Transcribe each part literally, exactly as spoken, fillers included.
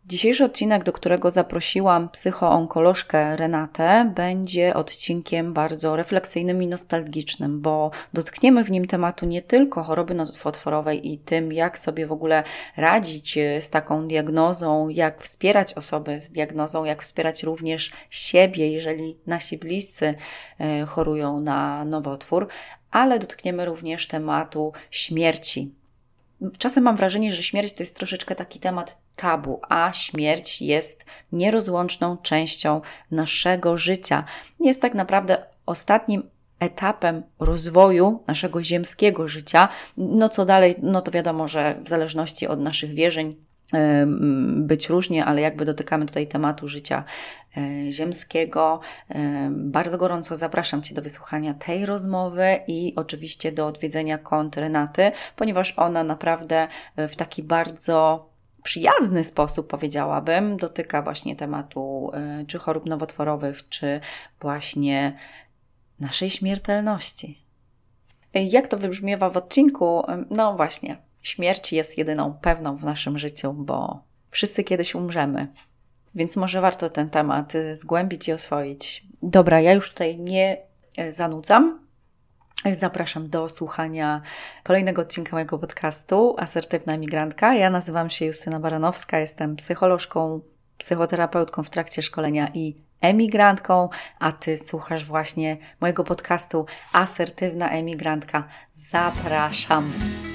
Dzisiejszy odcinek, do którego zaprosiłam psychoonkolożkę Renatę, będzie odcinkiem bardzo refleksyjnym i nostalgicznym, bo dotkniemy w nim tematu nie tylko choroby nowotworowej i tym, jak sobie w ogóle radzić z taką diagnozą, jak wspierać osoby z diagnozą, jak wspierać również siebie, jeżeli nasi bliscy chorują na nowotwór, ale dotkniemy również tematu śmierci. Czasem mam wrażenie, że śmierć to jest troszeczkę taki temat tabu, a śmierć jest nierozłączną częścią naszego życia. Jest tak naprawdę ostatnim etapem rozwoju naszego ziemskiego życia. No co dalej, no to wiadomo, że w zależności od naszych wierzeń być różnie, ale jakby dotykamy tutaj tematu życia ziemskiego. Bardzo gorąco zapraszam Cię do wysłuchania tej rozmowy i oczywiście do odwiedzenia kont Renaty, ponieważ ona naprawdę w taki bardzo przyjazny sposób, powiedziałabym, dotyka właśnie tematu czy chorób nowotworowych, czy właśnie naszej śmiertelności. Jak to wybrzmiewa w odcinku? No właśnie, śmierć jest jedyną pewną w naszym życiu, bo wszyscy kiedyś umrzemy. Więc może warto ten temat zgłębić i oswoić. Dobra, ja już tutaj nie zanudzam. Zapraszam do słuchania kolejnego odcinka mojego podcastu Asertywna Emigrantka. Ja nazywam się Justyna Baranowska, jestem psycholożką, psychoterapeutką w trakcie szkolenia i emigrantką, a Ty słuchasz właśnie mojego podcastu Asertywna Emigrantka. Zapraszam!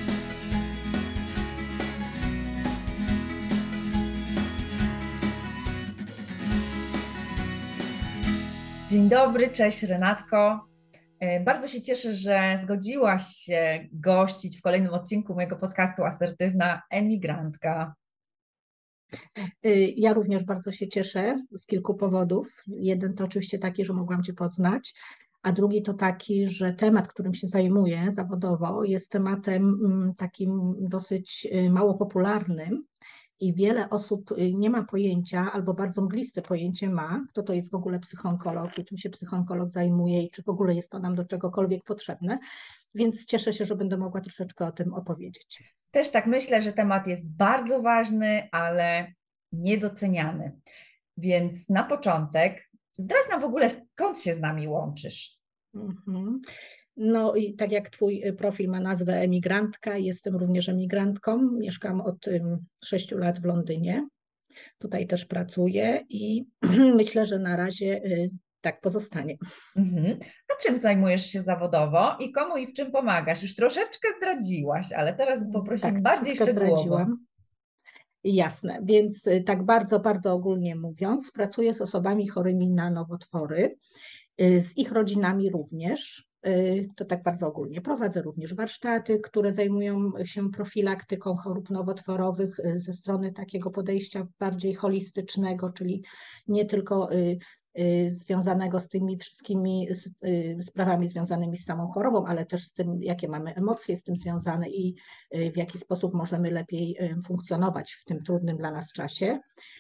Dzień dobry, cześć Renatko. Bardzo się cieszę, że zgodziłaś się gościć w kolejnym odcinku mojego podcastu Asertywna Emigrantka. Ja również bardzo się cieszę z kilku powodów. Jeden to oczywiście taki, że mogłam Cię poznać, a drugi to taki, że temat, którym się zajmuję zawodowo, jest tematem takim dosyć mało popularnym. I wiele osób nie ma pojęcia albo bardzo mgliste pojęcie ma, kto to jest w ogóle psychoonkolog i czym się psychoonkolog zajmuje i czy w ogóle jest to nam do czegokolwiek potrzebne. Więc cieszę się, że będę mogła troszeczkę o tym opowiedzieć. Też tak myślę, że temat jest bardzo ważny, ale niedoceniany. Więc na początek zdradź nam w ogóle, skąd się z nami łączysz. Mhm. No i tak jak Twój profil ma nazwę emigrantka, jestem również emigrantką. Mieszkam od sześciu lat w Londynie. Tutaj też pracuję i myślę, że na razie tak pozostanie. Mhm. A czym zajmujesz się zawodowo i komu i w czym pomagasz? Już troszeczkę zdradziłaś, ale teraz poprosimy tak, bardziej szczegółowo. Zdradziłam. Jasne, więc tak bardzo, bardzo ogólnie mówiąc, pracuję z osobami chorymi na nowotwory, z ich rodzinami również. To tak bardzo ogólnie. Prowadzę również warsztaty, które zajmują się profilaktyką chorób nowotworowych ze strony takiego podejścia bardziej holistycznego, czyli nie tylko związanego z tymi wszystkimi sprawami związanymi z samą chorobą, ale też z tym, jakie mamy emocje z tym związane i w jaki sposób możemy lepiej funkcjonować w tym trudnym dla nas czasie.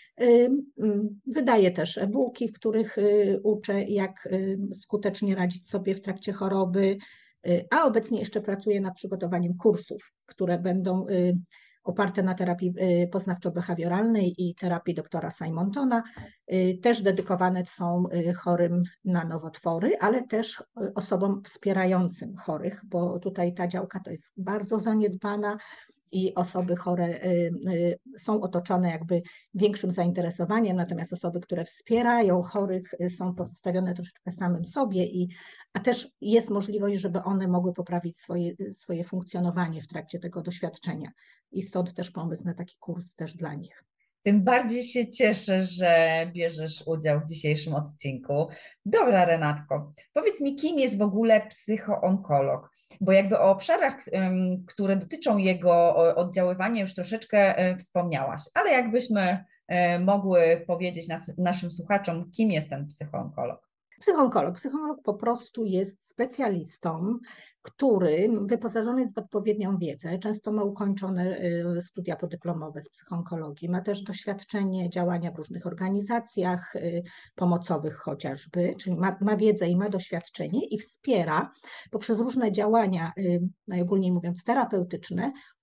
Wydaję też e-booki, w których uczę, jak skutecznie radzić sobie w trakcie choroby, a obecnie jeszcze pracuję nad przygotowaniem kursów, które będą oparte na terapii poznawczo-behawioralnej i terapii doktora Simontona. Też dedykowane są chorym na nowotwory, ale też osobom wspierającym chorych, bo tutaj ta działka to jest bardzo zaniedbana i osoby chore są otoczone jakby większym zainteresowaniem, natomiast osoby, które wspierają chorych, są pozostawione troszeczkę samym sobie, i, a też jest możliwość, żeby one mogły poprawić swoje, swoje funkcjonowanie w trakcie tego doświadczenia. I stąd też pomysł na taki kurs też dla nich. Tym bardziej się cieszę, że bierzesz udział w dzisiejszym odcinku. Dobra, Renatko, powiedz mi, kim jest w ogóle psychoonkolog? Bo jakby o obszarach, które dotyczą jego oddziaływania, już troszeczkę wspomniałaś, ale jakbyśmy mogły powiedzieć nas, naszym słuchaczom, kim jest ten psychoonkolog? Psychoonkolog. Psychoonkolog po prostu jest specjalistą, który wyposażony jest w odpowiednią wiedzę, często ma ukończone studia podyplomowe z psychoonkologii, ma też doświadczenie działania w różnych organizacjach pomocowych chociażby, czyli ma, ma wiedzę i ma doświadczenie i wspiera poprzez różne działania, najogólniej mówiąc terapeutyczne,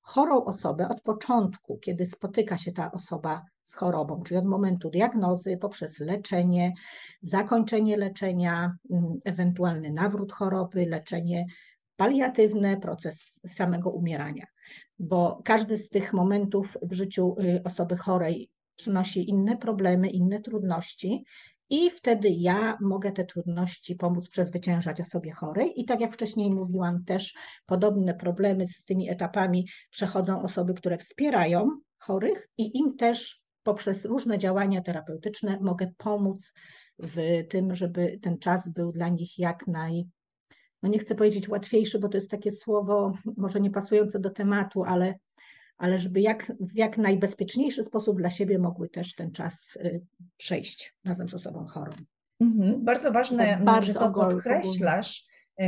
chorą osobę od początku, kiedy spotyka się ta osoba z chorobą, czyli od momentu diagnozy poprzez leczenie, zakończenie leczenia, ewentualny nawrót choroby, leczenie paliatywne, proces samego umierania, bo każdy z tych momentów w życiu osoby chorej przynosi inne problemy, inne trudności i wtedy ja mogę te trudności pomóc przezwyciężać osobie chorej. I tak jak wcześniej mówiłam, też podobne problemy z tymi etapami przechodzą osoby, które wspierają chorych i im też poprzez różne działania terapeutyczne mogę pomóc w tym, żeby ten czas był dla nich jak naj, no nie chcę powiedzieć łatwiejszy, bo to jest takie słowo może nie pasujące do tematu, ale ale żeby jak, w jak najbezpieczniejszy sposób dla siebie mogły też ten czas przejść razem z osobą chorą. Mhm. Bardzo ważne, Tak że bardzo to ogól, podkreślasz,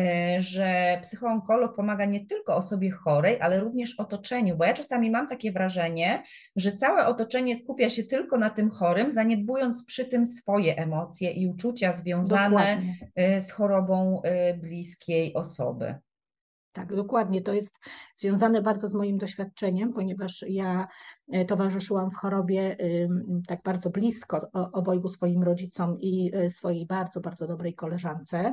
że psychoonkolog pomaga nie tylko osobie chorej, ale również otoczeniu, bo ja czasami mam takie wrażenie, że całe otoczenie skupia się tylko na tym chorym, zaniedbując przy tym swoje emocje i uczucia związane dokładnie. z chorobą bliskiej osoby. Tak, dokładnie. To jest związane bardzo z moim doświadczeniem, ponieważ ja towarzyszyłam w chorobie tak bardzo blisko obojgu swoim rodzicom i swojej bardzo, bardzo dobrej koleżance.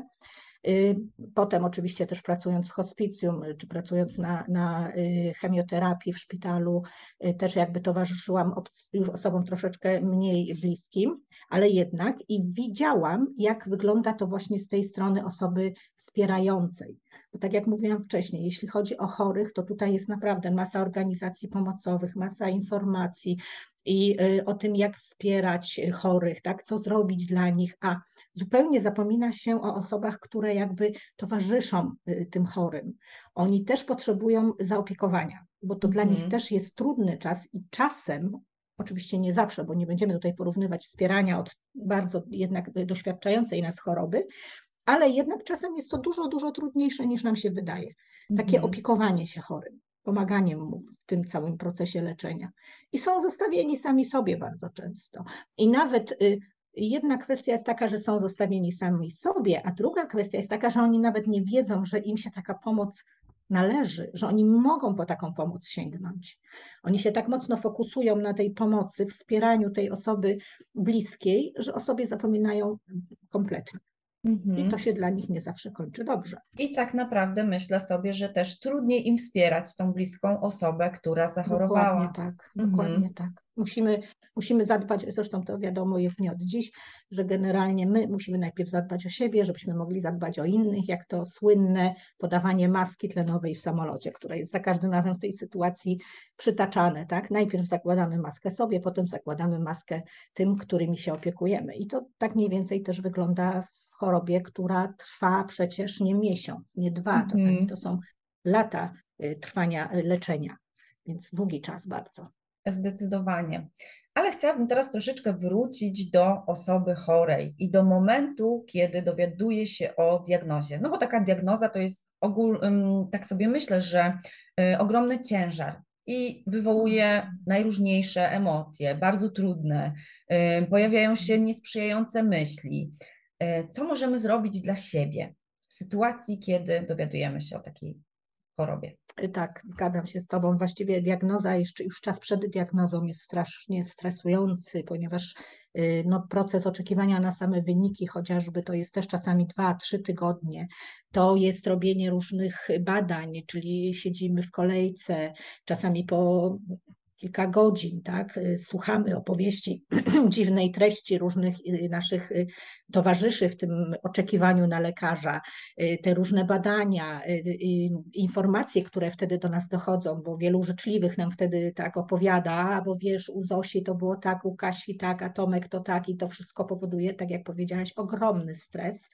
Potem oczywiście też pracując w hospicjum, czy pracując na, na chemioterapii w szpitalu, też jakby towarzyszyłam już osobom troszeczkę mniej bliskim, ale jednak i widziałam, jak wygląda to właśnie z tej strony osoby wspierającej. Bo tak jak mówiłam wcześniej, jeśli chodzi o chorych, to tutaj jest naprawdę masa organizacji pomocowych, masa informacji i o tym, jak wspierać chorych, tak, co zrobić dla nich, a zupełnie zapomina się o osobach, które jakby towarzyszą tym chorym. Oni też potrzebują zaopiekowania, bo to mm-hmm. dla nich też jest trudny czas i czasem, oczywiście nie zawsze, bo nie będziemy tutaj porównywać wspierania od bardzo jednak doświadczającej nas choroby, ale jednak czasem jest to dużo, dużo trudniejsze niż nam się wydaje. Takie mm-hmm. opiekowanie się chorym, pomaganie mu w tym całym procesie leczenia. I są zostawieni sami sobie bardzo często. I nawet y, jedna kwestia jest taka, że są zostawieni sami sobie, a druga kwestia jest taka, że oni nawet nie wiedzą, że im się taka pomoc należy, że oni mogą po taką pomoc sięgnąć. Oni się tak mocno fokusują na tej pomocy, wspieraniu tej osoby bliskiej, że o sobie zapominają kompletnie. Mhm. I to się dla nich nie zawsze kończy dobrze. I tak naprawdę myślę sobie, że też trudniej im wspierać tą bliską osobę, która zachorowała. Dokładnie tak, mhm. dokładnie tak. Musimy, musimy zadbać, zresztą to wiadomo jest nie od dziś, że generalnie my musimy najpierw zadbać o siebie, żebyśmy mogli zadbać o innych, jak to słynne podawanie maski tlenowej w samolocie, które jest za każdym razem w tej sytuacji przytaczane, tak? Najpierw zakładamy maskę sobie, potem zakładamy maskę tym, którymi się opiekujemy. I to tak mniej więcej też wygląda w chorobie, która trwa przecież nie miesiąc, nie dwa, mhm. czasami to są lata trwania leczenia, więc długi czas bardzo. Zdecydowanie. Ale chciałabym teraz troszeczkę wrócić do osoby chorej i do momentu, kiedy dowiaduje się o diagnozie. No bo taka diagnoza to jest ogól, tak sobie myślę, że ogromny ciężar i wywołuje najróżniejsze emocje, bardzo trudne. Pojawiają się niesprzyjające myśli. Co możemy zrobić dla siebie w sytuacji, kiedy dowiadujemy się o takiej chorobie? Tak, zgadzam się z Tobą. Właściwie diagnoza, jeszcze już czas przed diagnozą jest strasznie stresujący, ponieważ no, proces oczekiwania na same wyniki chociażby to jest też czasami dwa, trzy tygodnie. To jest robienie różnych badań, czyli siedzimy w kolejce, czasami po kilka godzin, tak? Słuchamy opowieści dziwnej treści różnych naszych towarzyszy w tym oczekiwaniu na lekarza, te różne badania, informacje, które wtedy do nas dochodzą, bo wielu życzliwych nam wtedy tak opowiada, bo wiesz, u Zosi to było tak, u Kasi tak, a Tomek to tak i to wszystko powoduje, tak jak powiedziałaś, ogromny stres.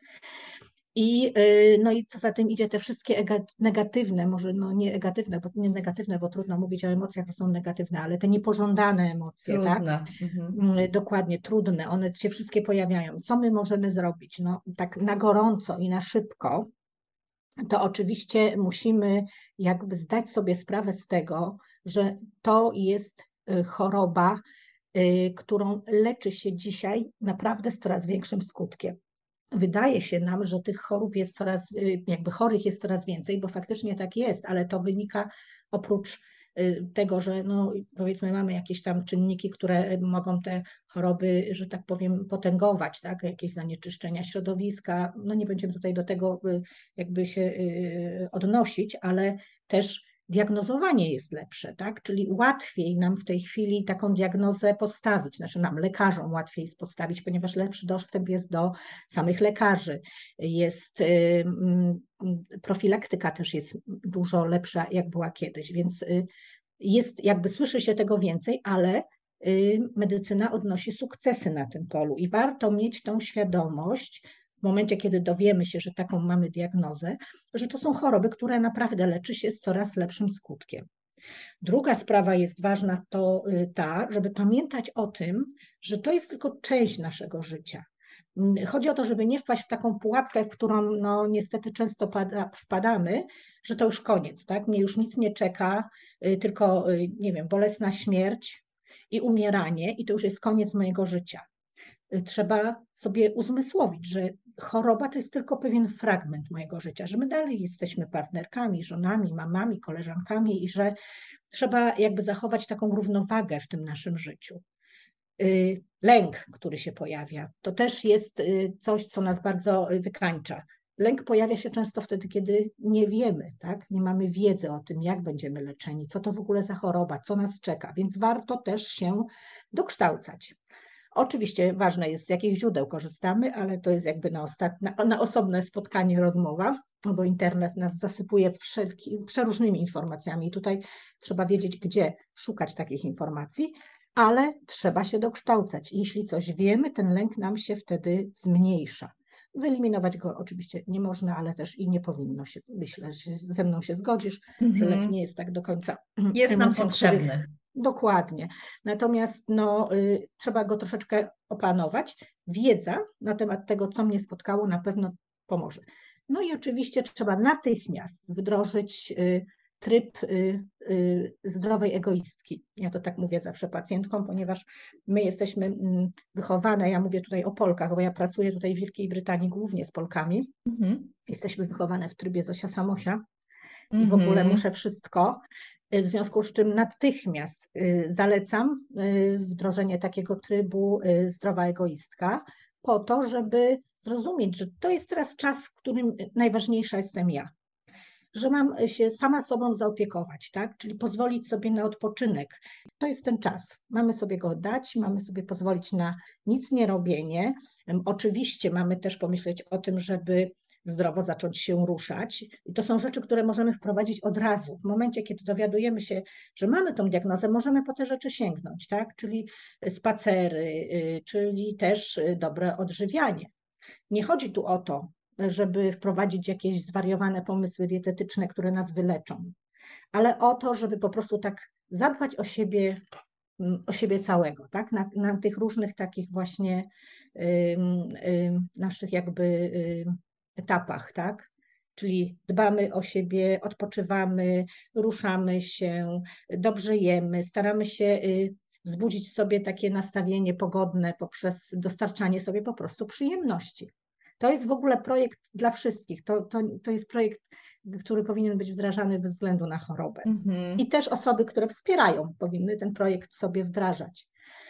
I, no i co za tym idzie, te wszystkie negatywne, może no nie negatywne, bo nie negatywne, bo trudno mówić o emocjach, że są negatywne, ale te niepożądane emocje, trudne. tak? Mhm. Dokładnie, trudne, one się wszystkie pojawiają. Co my możemy zrobić? No tak na gorąco i na szybko, to oczywiście musimy jakby zdać sobie sprawę z tego, że to jest choroba, którą leczy się dzisiaj naprawdę z coraz większym skutkiem. Wydaje się nam, że tych chorób jest coraz, jakby chorych jest coraz więcej, bo faktycznie tak jest, ale to wynika oprócz tego, że no, powiedzmy mamy jakieś tam czynniki, które mogą te choroby, że tak powiem, potęgować, tak? Jakieś zanieczyszczenia środowiska. No nie będziemy tutaj do tego jakby się odnosić, ale też diagnozowanie jest lepsze, tak? Czyli łatwiej nam w tej chwili taką diagnozę postawić, znaczy nam, lekarzom łatwiej jest postawić, ponieważ lepszy dostęp jest do samych lekarzy. Jest profilaktyka też jest dużo lepsza, jak była kiedyś, więc jest, jakby słyszy się tego więcej, ale medycyna odnosi sukcesy na tym polu i warto mieć tą świadomość w momencie, kiedy dowiemy się, że taką mamy diagnozę, że to są choroby, które naprawdę leczy się z coraz lepszym skutkiem. Druga sprawa jest ważna, to ta, żeby pamiętać o tym, że to jest tylko część naszego życia. Chodzi o to, żeby nie wpaść w taką pułapkę, w którą no, niestety często pada, wpadamy, że to już koniec, tak? Mnie już nic nie czeka, tylko, nie wiem, bolesna śmierć i umieranie i to już jest koniec mojego życia. Trzeba sobie uzmysłowić, że choroba to jest tylko pewien fragment mojego życia, że my dalej jesteśmy partnerkami, żonami, mamami, koleżankami i że trzeba jakby zachować taką równowagę w tym naszym życiu. Lęk, który się pojawia, to też jest coś, co nas bardzo wykańcza. Lęk pojawia się często wtedy, kiedy nie wiemy, tak? Nie mamy wiedzy o tym, jak będziemy leczeni, co to w ogóle za choroba, co nas czeka, więc warto też się dokształcać. Oczywiście ważne jest, z jakich źródeł korzystamy, ale to jest jakby na, ostatnie, na osobne spotkanie rozmowa, bo internet nas zasypuje wszelki, przeróżnymi informacjami i tutaj trzeba wiedzieć, gdzie szukać takich informacji, ale trzeba się dokształcać. Jeśli coś wiemy, ten lęk nam się wtedy zmniejsza. Wyeliminować go oczywiście nie można, ale też i nie powinno się. Myślę, że ze mną się zgodzisz, mm-hmm. że lęk nie jest tak do końca jest emocją, nam potrzebny. Których... Dokładnie. Natomiast no, y, trzeba go troszeczkę opanować. Wiedza na temat tego, co mnie spotkało, na pewno pomoże. No i oczywiście trzeba natychmiast wdrożyć y, tryb y, y, zdrowej egoistki. Ja to tak mówię zawsze pacjentkom, ponieważ my jesteśmy mm, wychowane, ja mówię tutaj o Polkach, bo ja pracuję tutaj w Wielkiej Brytanii głównie z Polkami. Mm-hmm. Jesteśmy wychowane w trybie Zosia Samosia mm-hmm. i w ogóle muszę wszystko. W związku z czym natychmiast zalecam wdrożenie takiego trybu zdrowa egoistka po to, żeby zrozumieć, że to jest teraz czas, w którym najważniejsza jestem ja. Że mam się sama sobą zaopiekować, tak? Czyli pozwolić sobie na odpoczynek. To jest ten czas. Mamy sobie go dać, mamy sobie pozwolić na nic nie robienie. Oczywiście mamy też pomyśleć o tym, żeby zdrowo zacząć się ruszać. I to są rzeczy, które możemy wprowadzić od razu. W momencie, kiedy dowiadujemy się, że mamy tą diagnozę, możemy po te rzeczy sięgnąć, tak? Czyli spacery, czyli też dobre odżywianie. Nie chodzi tu o to, żeby wprowadzić jakieś zwariowane pomysły dietetyczne, które nas wyleczą, ale o to, żeby po prostu tak zadbać o siebie, o siebie całego, tak? Na, na tych różnych takich właśnie ym, ym, naszych jakby ym, etapach, tak? Czyli dbamy o siebie, odpoczywamy, ruszamy się, dobrze jemy, staramy się y, wzbudzić w sobie takie nastawienie pogodne poprzez dostarczanie sobie po prostu przyjemności. To jest w ogóle projekt dla wszystkich. To, to, to jest projekt, który powinien być wdrażany bez względu na chorobę. Mm-hmm. I też osoby, które wspierają, powinny ten projekt sobie wdrażać,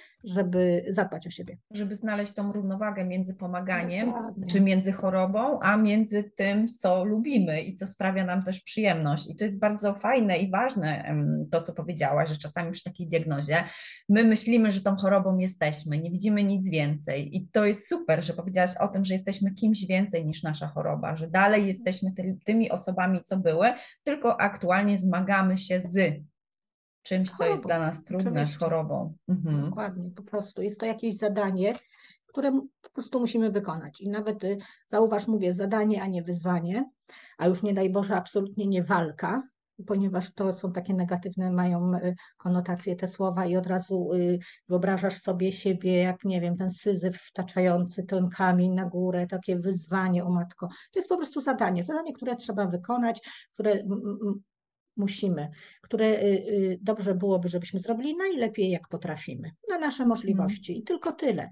żeby zadbać o siebie. Żeby znaleźć tą równowagę między pomaganiem, Dokładnie. czy między chorobą, a między tym, co lubimy i co sprawia nam też przyjemność. I to jest bardzo fajne i ważne to, co powiedziałaś, że czasami już w takiej diagnozie my myślimy, że tą chorobą jesteśmy, nie widzimy nic więcej. I to jest super, że powiedziałaś o tym, że jesteśmy kimś więcej niż nasza choroba, że dalej jesteśmy ty, tymi osobami, co były, tylko aktualnie zmagamy się z czymś, co jest dla nas trudne, Oczywiście. z chorobą. Mhm. Dokładnie, po prostu jest to jakieś zadanie, które po prostu musimy wykonać. I nawet zauważ, mówię zadanie, a nie wyzwanie, a już nie daj Boże, absolutnie nie walka, ponieważ to są takie negatywne, mają konotacje te słowa i od razu wyobrażasz sobie siebie jak, nie wiem, ten Syzyf wtaczający ten kamień na górę, takie wyzwanie, o matko. To jest po prostu zadanie, zadanie, które trzeba wykonać, które musimy, które dobrze byłoby, żebyśmy zrobili najlepiej, jak potrafimy, na nasze możliwości mm. i tylko tyle.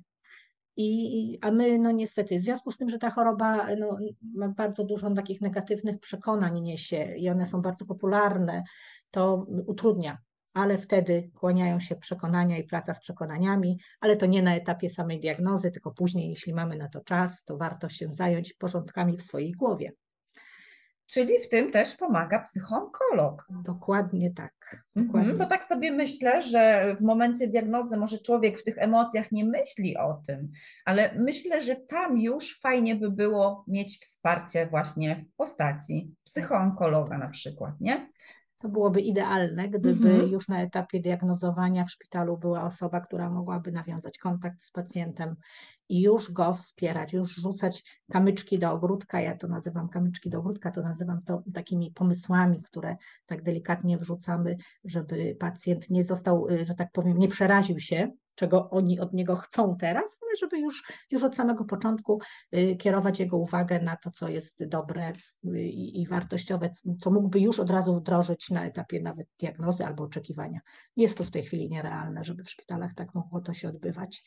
I, a my, no niestety, w związku z tym, że ta choroba no, ma bardzo dużo takich negatywnych przekonań niesie i one są bardzo popularne, to utrudnia, ale wtedy kłaniają się przekonania i praca z przekonaniami, ale to nie na etapie samej diagnozy, tylko później, jeśli mamy na to czas, to warto się zająć porządkami w swojej głowie. Czyli w tym też pomaga psychoonkolog. Dokładnie tak. Mhm, Dokładnie. bo tak sobie myślę, że w momencie diagnozy może człowiek w tych emocjach nie myśli o tym, ale myślę, że tam już fajnie by było mieć wsparcie właśnie w postaci psychoonkologa na przykład, nie? To byłoby idealne, gdyby Mhm. już na etapie diagnozowania w szpitalu była osoba, która mogłaby nawiązać kontakt z pacjentem i już go wspierać, już rzucać kamyczki do ogródka. Ja to nazywam kamyczki do ogródka, to nazywam to takimi pomysłami, które tak delikatnie wrzucamy, żeby pacjent nie został, że tak powiem, nie przeraził się, czego oni od niego chcą teraz, ale żeby już, już od samego początku kierować jego uwagę na to, co jest dobre i, i wartościowe, co mógłby już od razu wdrożyć na etapie nawet diagnozy albo oczekiwania. Jest to w tej chwili nierealne, żeby w szpitalach tak mogło to się odbywać.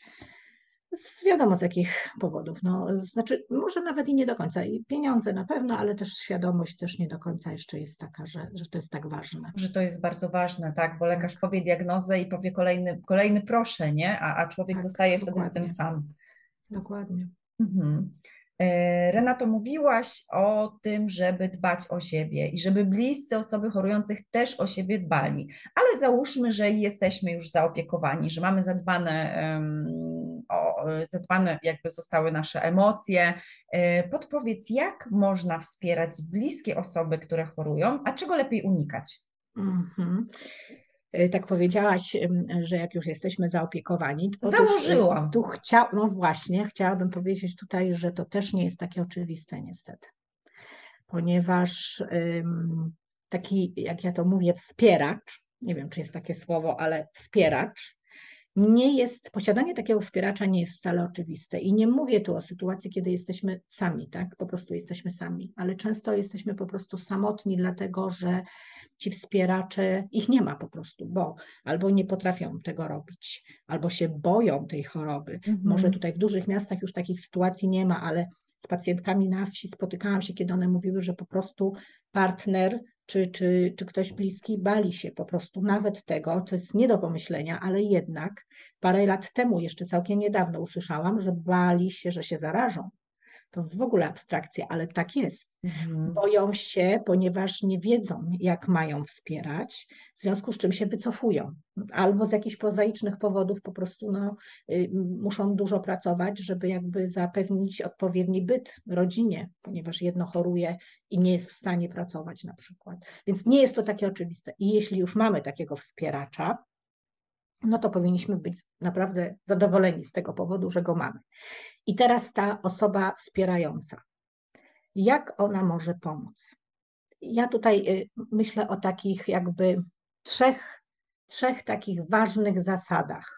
Z wiadomo z jakich powodów. No, znaczy, może nawet i nie do końca. I pieniądze na pewno, ale też świadomość też nie do końca jeszcze jest taka, że, że to jest tak ważne. Że to jest bardzo ważne, tak, bo lekarz powie diagnozę i powie kolejny, kolejny proszę, nie? A, a człowiek Tak, zostaje wtedy z tym dokładnie. sam. Dokładnie. Mhm. E, Renato, mówiłaś o tym, żeby dbać o siebie i żeby bliscy osoby chorujących też o siebie dbali, ale załóżmy, że jesteśmy już zaopiekowani, że mamy zadbane, em, o, zadbane jakby zostały nasze emocje. E, Podpowiedz, jak można wspierać bliskie osoby, które chorują, a czego lepiej unikać? Mhm. Tak powiedziałaś, że jak już jesteśmy zaopiekowani, to otóż Założyłam. tu chcia, no właśnie, chciałabym powiedzieć tutaj, że to też nie jest takie oczywiste niestety, ponieważ ym, taki, jak ja to mówię, wspieracz, nie wiem, czy jest takie słowo, ale wspieracz, nie jest, posiadanie takiego wspieracza nie jest wcale oczywiste. I nie mówię tu o sytuacji, kiedy jesteśmy sami, tak? Po prostu jesteśmy sami, ale często jesteśmy po prostu samotni, dlatego że ci wspieracze, ich nie ma po prostu, bo albo nie potrafią tego robić, albo się boją tej choroby. Może Mhm. tutaj w dużych miastach już takich sytuacji nie ma, ale z pacjentkami na wsi spotykałam się, kiedy one mówiły, że po prostu partner czy, czy, czy ktoś bliski bali się po prostu nawet tego, co jest nie do pomyślenia, ale jednak parę lat temu, jeszcze całkiem niedawno usłyszałam, że bali się, że się zarażą. To w ogóle abstrakcja, ale tak jest. Mhm. Boją się, ponieważ nie wiedzą, jak mają wspierać, w związku z czym się wycofują. Albo z jakichś prozaicznych powodów po prostu no, y, muszą dużo pracować, żeby jakby zapewnić odpowiedni byt rodzinie, ponieważ jedno choruje i nie jest w stanie pracować na przykład. Więc nie jest to takie oczywiste. I jeśli już mamy takiego wspieracza, no to powinniśmy być naprawdę zadowoleni z tego powodu, że go mamy. I teraz ta osoba wspierająca. Jak ona może pomóc? Ja tutaj myślę o takich jakby trzech, trzech takich ważnych zasadach.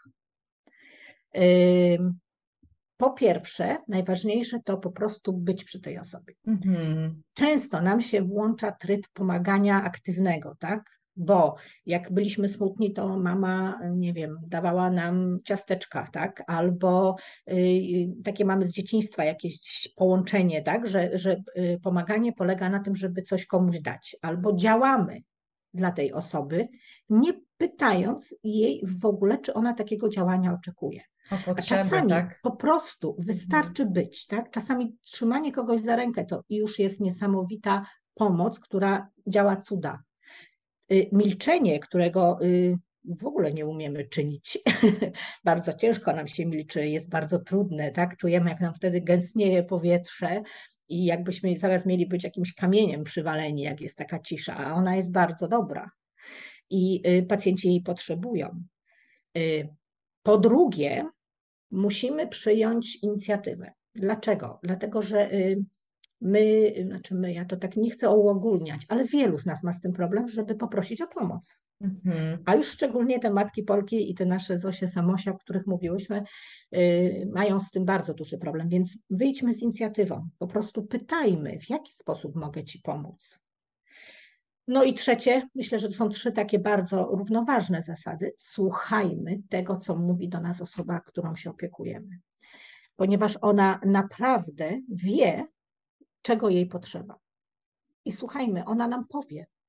Po pierwsze, najważniejsze to po prostu być przy tej osobie. Mhm. Często nam się włącza tryb pomagania aktywnego, tak? Bo jak byliśmy smutni, to mama, nie wiem, dawała nam ciasteczka, tak? Albo y, takie mamy z dzieciństwa jakieś połączenie, tak? Że, że y, pomaganie polega na tym, żeby coś komuś dać. Albo działamy dla tej osoby, nie pytając jej w ogóle, czy ona takiego działania oczekuje. O A potrzeby, czasami tak? po prostu wystarczy być, tak? Czasami trzymanie kogoś za rękę to już jest niesamowita pomoc, która działa cuda. Milczenie, którego w ogóle nie umiemy czynić. Bardzo ciężko nam się milczy, jest bardzo trudne, tak? Czujemy, jak nam wtedy gęstnieje powietrze i jakbyśmy zaraz mieli być jakimś kamieniem przywaleni, jak jest taka cisza, a ona jest bardzo dobra i pacjenci jej potrzebują. Po drugie, musimy przyjąć inicjatywę. Dlaczego? Dlatego, że my, znaczy my, ja to tak nie chcę uogólniać, ale wielu z nas ma z tym problem, żeby poprosić o pomoc. Mhm. A już szczególnie te matki Polki i te nasze Zosie Samosia, o których mówiłyśmy, yy, mają z tym bardzo duży problem, więc wyjdźmy z inicjatywą. Po prostu pytajmy, w jaki sposób mogę Ci pomóc. No i trzecie, myślę, że to są trzy takie bardzo równoważne zasady. Słuchajmy tego, co mówi do nas osoba, którą się opiekujemy, ponieważ ona naprawdę wie, czego jej potrzeba. I słuchajmy, ona nam powie.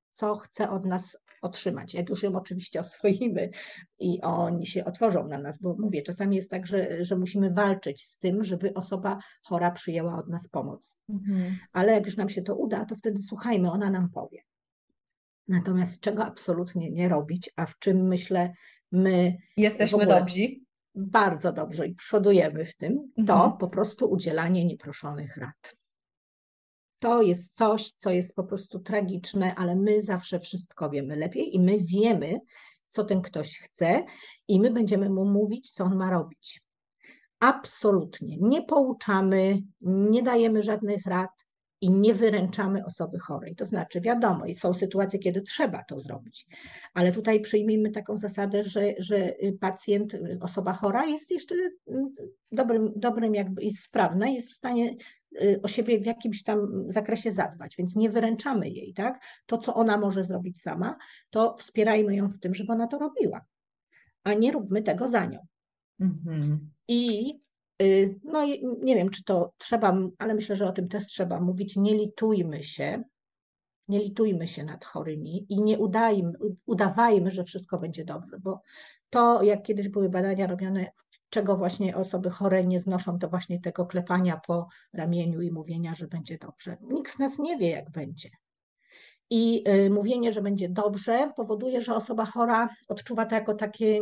co chce od nas otrzymać. Jak już ją oczywiście oswoimy i oni się otworzą na nas, bo mówię, czasami jest tak, że, że musimy walczyć z tym, żeby osoba chora przyjęła od nas pomoc. Mhm. Ale jak już nam się to uda, to wtedy słuchajmy, ona nam powie. Natomiast czego absolutnie nie robić, a w czym myślę my w Jesteśmy ogóle dobrzy. bardzo dobrze i przodujemy w tym, to Mhm. po prostu udzielanie nieproszonych rad. To jest coś, co jest po prostu tragiczne, ale my zawsze wszystko wiemy lepiej i my wiemy, co ten ktoś chce i my będziemy mu mówić, co on ma robić. Absolutnie. Nie pouczamy, nie dajemy żadnych rad i nie wyręczamy osoby chorej. To znaczy, wiadomo, są sytuacje, kiedy trzeba to zrobić, ale tutaj przyjmijmy taką zasadę, że, że pacjent, osoba chora jest jeszcze dobrym, dobrym jakby jest sprawna, jest w stanie o siebie w jakimś tam zakresie zadbać, więc nie wyręczamy jej, tak? To, co ona może zrobić sama, to wspierajmy ją w tym, żeby ona to robiła, a nie róbmy tego za nią. Mhm. I no nie wiem, czy to trzeba, ale myślę, że o tym też trzeba mówić. Nie litujmy się, nie litujmy się nad chorymi i nie udajmy, udawajmy, że wszystko będzie dobrze, bo to, jak kiedyś były badania robione, czego właśnie osoby chore nie znoszą, to właśnie tego klepania po ramieniu i mówienia, że będzie dobrze. Nikt z nas nie wie, jak będzie. I mówienie, że będzie dobrze, powoduje, że osoba chora odczuwa to jako takie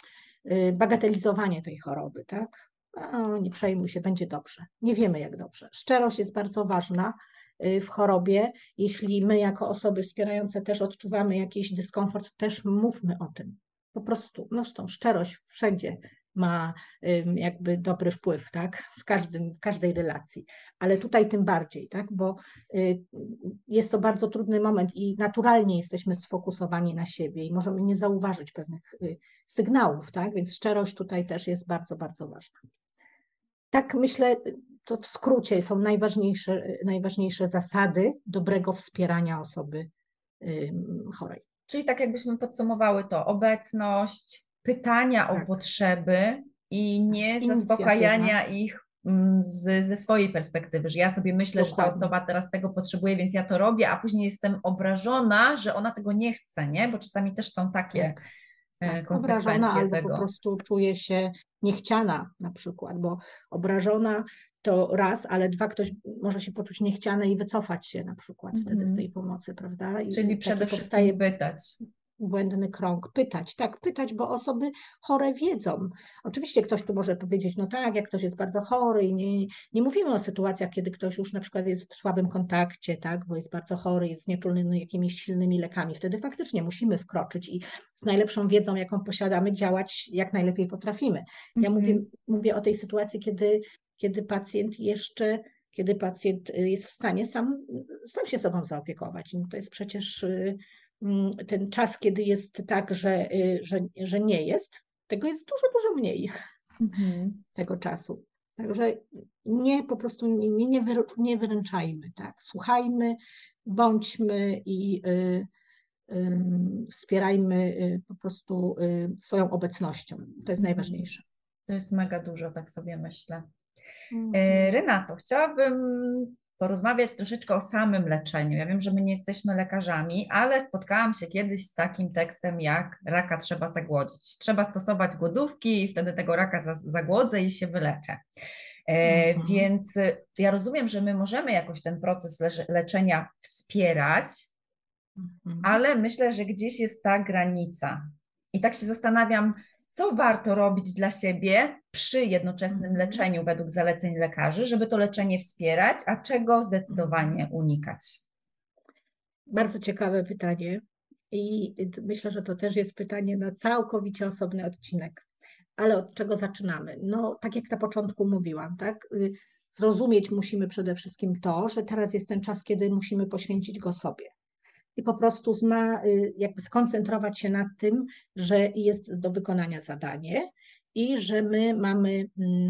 bagatelizowanie tej choroby, tak? O, nie przejmuj się, będzie dobrze. Nie wiemy, jak dobrze. Szczerość jest bardzo ważna w chorobie. Jeśli my jako osoby wspierające też odczuwamy jakiś dyskomfort, też mówmy o tym. Po prostu, no zresztą szczerość wszędzie ma jakby dobry wpływ, tak? W, każdym, w każdej relacji, ale tutaj tym bardziej, tak? Bo jest to bardzo trudny moment i naturalnie jesteśmy sfokusowani na siebie i możemy nie zauważyć pewnych sygnałów, tak? Więc szczerość tutaj też jest bardzo, bardzo ważna. Tak myślę, to w skrócie są najważniejsze, najważniejsze zasady dobrego wspierania osoby chorej. Czyli tak jakbyśmy podsumowały to, obecność, pytania Tak. o potrzeby i nie Inicjatywa. zaspokajania ich z, ze swojej perspektywy, że ja sobie myślę, Dokładnie. że ta osoba teraz tego potrzebuje, więc ja to robię, a później jestem obrażona, że ona tego nie chce, nie? Bo czasami też są takie Tak. Tak, konsekwencje obrażona albo tego. po prostu czuje się niechciana na przykład, bo obrażona to raz, ale dwa, ktoś może się poczuć niechciany i wycofać się na przykład Mhm. wtedy z tej pomocy, prawda? I Czyli taki przede powstaje wszystkim pytać. błędny krąg. Pytać, tak, pytać, bo osoby chore wiedzą. Oczywiście ktoś tu może powiedzieć, no tak, jak ktoś jest bardzo chory i nie, nie mówimy o sytuacjach, kiedy ktoś już na przykład jest w słabym kontakcie, tak, bo jest bardzo chory, jest znieczulony jakimiś silnymi lekami. Wtedy faktycznie musimy wkroczyć i z najlepszą wiedzą, jaką posiadamy, działać jak najlepiej potrafimy. Ja Mhm. mówię, mówię o tej sytuacji, kiedy, kiedy pacjent jeszcze, kiedy pacjent jest w stanie sam, sam się sobą zaopiekować. No to jest przecież ten czas, kiedy jest tak, że, że, że nie jest, tego jest dużo, dużo mniej Mhm. tego czasu. Także nie, po prostu nie, nie, nie, wyr, nie wyręczajmy, tak? Słuchajmy, bądźmy i y, y, wspierajmy y, po prostu y, swoją obecnością. To jest Mhm. najważniejsze. To jest mega dużo, tak sobie myślę. Mhm. Renato, chciałabym porozmawiać troszeczkę o samym leczeniu. Ja wiem, że my nie jesteśmy lekarzami, ale spotkałam się kiedyś z takim tekstem jak raka trzeba zagłodzić. Trzeba stosować głodówki i wtedy tego raka zagłodzę i się wyleczę. Mhm. Więc ja rozumiem, że my możemy jakoś ten proces leczenia wspierać, mhm. ale myślę, że gdzieś jest ta granica. I tak się zastanawiam, co warto robić dla siebie przy jednoczesnym mhm. leczeniu według zaleceń lekarzy, żeby to leczenie wspierać, a czego zdecydowanie mhm. unikać? Bardzo ciekawe pytanie i myślę, że to też jest pytanie na całkowicie osobny odcinek. Ale od czego zaczynamy? No, tak jak na początku mówiłam, tak? Zrozumieć musimy przede wszystkim to, że teraz jest ten czas, kiedy musimy poświęcić go sobie. I po prostu zma, jakby skoncentrować się na tym, że jest do wykonania zadanie i że my mamy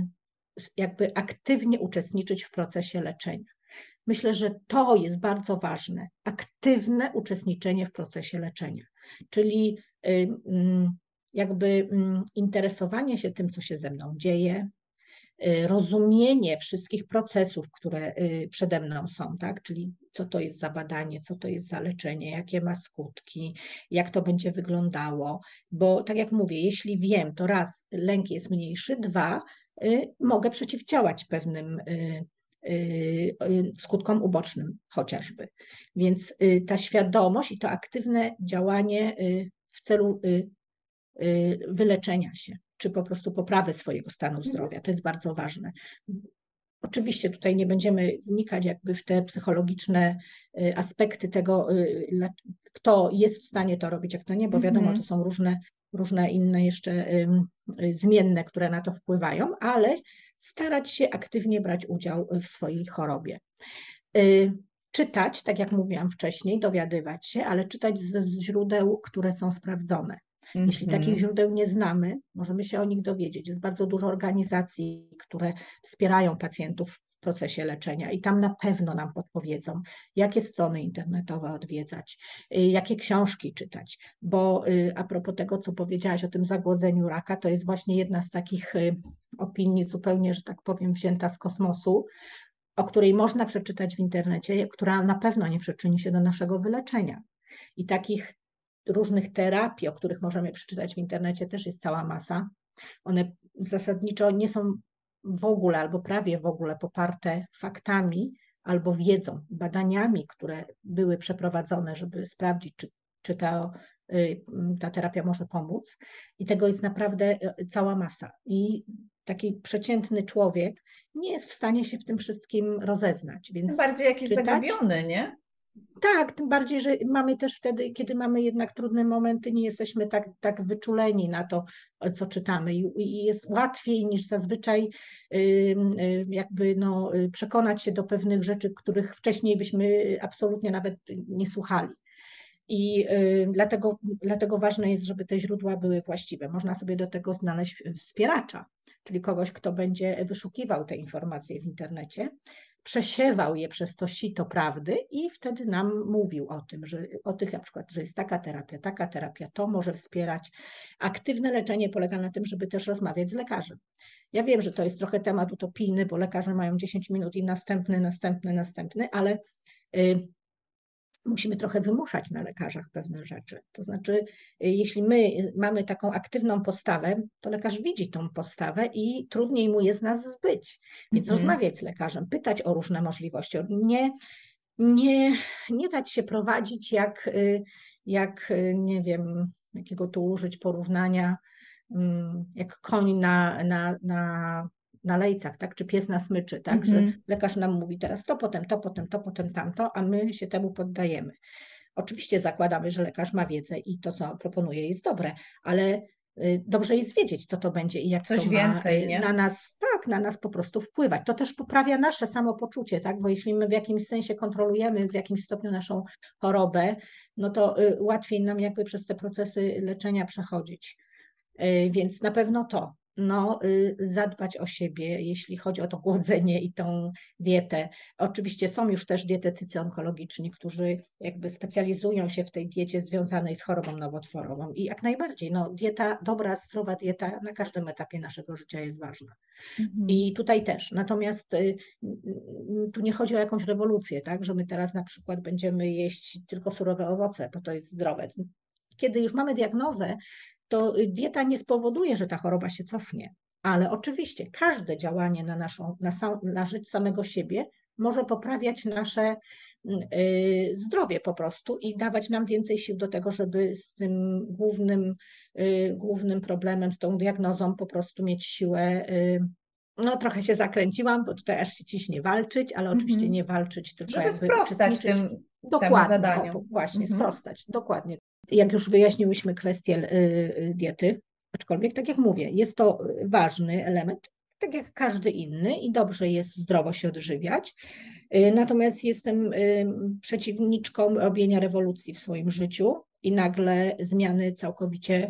jakby aktywnie uczestniczyć w procesie leczenia. Myślę, że to jest bardzo ważne, aktywne uczestniczenie w procesie leczenia, czyli jakby interesowanie się tym, co się ze mną dzieje, rozumienie wszystkich procesów, które przede mną są, tak? Czyli co to jest za badanie, co to jest za leczenie, jakie ma skutki, jak to będzie wyglądało, bo tak jak mówię, jeśli wiem, to raz, lęk jest mniejszy, dwa, mogę przeciwdziałać pewnym skutkom ubocznym chociażby. Więc ta świadomość i to aktywne działanie w celu wyleczenia się, czy po prostu poprawy swojego stanu zdrowia, to jest bardzo ważne. Oczywiście tutaj nie będziemy wnikać jakby w te psychologiczne aspekty tego, kto jest w stanie to robić, jak to nie, bo wiadomo, to są różne, różne inne jeszcze zmienne, które na to wpływają, ale starać się aktywnie brać udział w swojej chorobie. Czytać, tak jak mówiłam wcześniej, dowiadywać się, ale czytać ze źródeł, które są sprawdzone. Jeśli Mhm. takich źródeł nie znamy, możemy się o nich dowiedzieć. Jest bardzo dużo organizacji, które wspierają pacjentów w procesie leczenia i tam na pewno nam podpowiedzą, jakie strony internetowe odwiedzać, jakie książki czytać, bo a propos tego, co powiedziałaś o tym zagłodzeniu raka, to jest właśnie jedna z takich opinii zupełnie, że tak powiem, wzięta z kosmosu, o której można przeczytać w internecie, która na pewno nie przyczyni się do naszego wyleczenia. I takich różnych terapii, o których możemy przeczytać w internecie, też jest cała masa. One zasadniczo nie są w ogóle albo prawie w ogóle poparte faktami albo wiedzą, badaniami, które były przeprowadzone, żeby sprawdzić, czy, czy ta, ta terapia może pomóc. I tego jest naprawdę cała masa. I taki przeciętny człowiek nie jest w stanie się w tym wszystkim rozeznać. Więc Tym bardziej jak jest czytać, zagubiony, nie? tak, tym bardziej, że mamy też wtedy, kiedy mamy jednak trudne momenty, nie jesteśmy tak, tak wyczuleni na to, co czytamy i jest łatwiej niż zazwyczaj jakby no, przekonać się do pewnych rzeczy, których wcześniej byśmy absolutnie nawet nie słuchali. I dlatego, dlatego ważne jest, żeby te źródła były właściwe. Można sobie do tego znaleźć wspieracza, czyli kogoś, kto będzie wyszukiwał te informacje w internecie, przesiewał je przez to sito prawdy i wtedy nam mówił o tym, że o tych na przykład, że jest taka terapia, taka terapia, to może wspierać. Aktywne leczenie polega na tym, żeby też rozmawiać z lekarzem. Ja wiem, że to jest trochę temat utopijny, bo lekarze mają dziesięć minut i następny, następny, następny, ale y, musimy trochę wymuszać na lekarzach pewne rzeczy. To znaczy, jeśli my mamy taką aktywną postawę, to lekarz widzi tą postawę i trudniej mu jest nas zbyć. Więc Mhm. rozmawiać z lekarzem, pytać o różne możliwości. Nie, nie, nie dać się prowadzić jak, jak, nie wiem, jakiego tu użyć porównania, jak koń na, na, na na lejcach, tak, czy pies na smyczy, tak, że Mhm. lekarz nam mówi teraz to, potem to, potem to, potem tamto, a my się temu poddajemy. Oczywiście zakładamy, że lekarz ma wiedzę i to, co proponuje, jest dobre, ale dobrze jest wiedzieć, co to będzie i jak Coś to ma więcej, nie? na nas, tak, na nas po prostu wpływać. To też poprawia nasze samopoczucie, tak, bo jeśli my w jakimś sensie kontrolujemy w jakimś stopniu naszą chorobę, no to łatwiej nam jakby przez te procesy leczenia przechodzić. Więc na pewno to, no, zadbać o siebie, jeśli chodzi o to głodzenie i tą dietę. Oczywiście są już też dietetycy onkologiczni, którzy jakby specjalizują się w tej diecie związanej z chorobą nowotworową i jak najbardziej, no, dieta, dobra, zdrowa dieta na każdym etapie naszego życia jest ważna. Mhm. I tutaj też. Natomiast tu nie chodzi o jakąś rewolucję, tak, że my teraz na przykład będziemy jeść tylko surowe owoce, bo to jest zdrowe. Kiedy już mamy diagnozę, to dieta nie spowoduje, że ta choroba się cofnie. Ale oczywiście każde działanie na, naszą, na, sam, na rzecz samego siebie może poprawiać nasze y, zdrowie po prostu i dawać nam więcej sił do tego, żeby z tym głównym, y, głównym problemem, z tą diagnozą po prostu mieć siłę. Y, no trochę się zakręciłam, bo tutaj aż się ciśnie walczyć, ale oczywiście Mhm. nie walczyć, tylko Żeby jakby sprostać uczestniczyć. tym, temu Dokładnie, zadaniu. o, właśnie, Mhm. sprostać, dokładnie. Jak już wyjaśniłyśmy kwestię diety, aczkolwiek tak jak mówię, jest to ważny element, tak jak każdy inny i dobrze jest zdrowo się odżywiać. Natomiast jestem przeciwniczką robienia rewolucji w swoim życiu i nagle zmiany całkowicie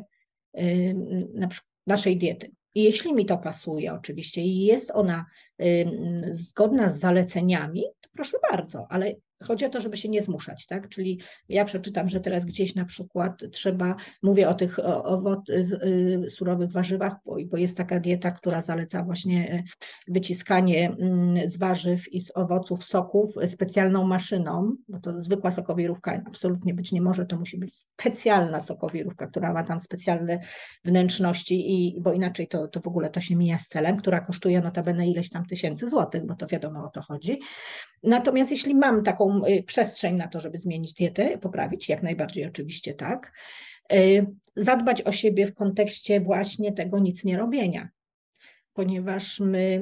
naszej diety. I jeśli mi to pasuje oczywiście i jest ona zgodna z zaleceniami, to proszę bardzo, ale Chodzi o to, żeby się nie zmuszać, tak? Czyli ja przeczytam, że teraz gdzieś na przykład trzeba, mówię o tych owoc, surowych warzywach, bo, bo jest taka dieta, która zaleca właśnie wyciskanie z warzyw i z owoców, soków specjalną maszyną, bo to zwykła sokowirówka absolutnie być nie może, to musi być specjalna sokowirówka, która ma tam specjalne wnętrzności, i, bo inaczej to, to w ogóle to się mija z celem, która kosztuje notabene ileś tam tysięcy złotych, bo to wiadomo, o to chodzi. Natomiast jeśli mam taką przestrzeń na to, żeby zmienić dietę, poprawić, jak najbardziej oczywiście tak, zadbać o siebie w kontekście właśnie tego nic nie robienia, ponieważ my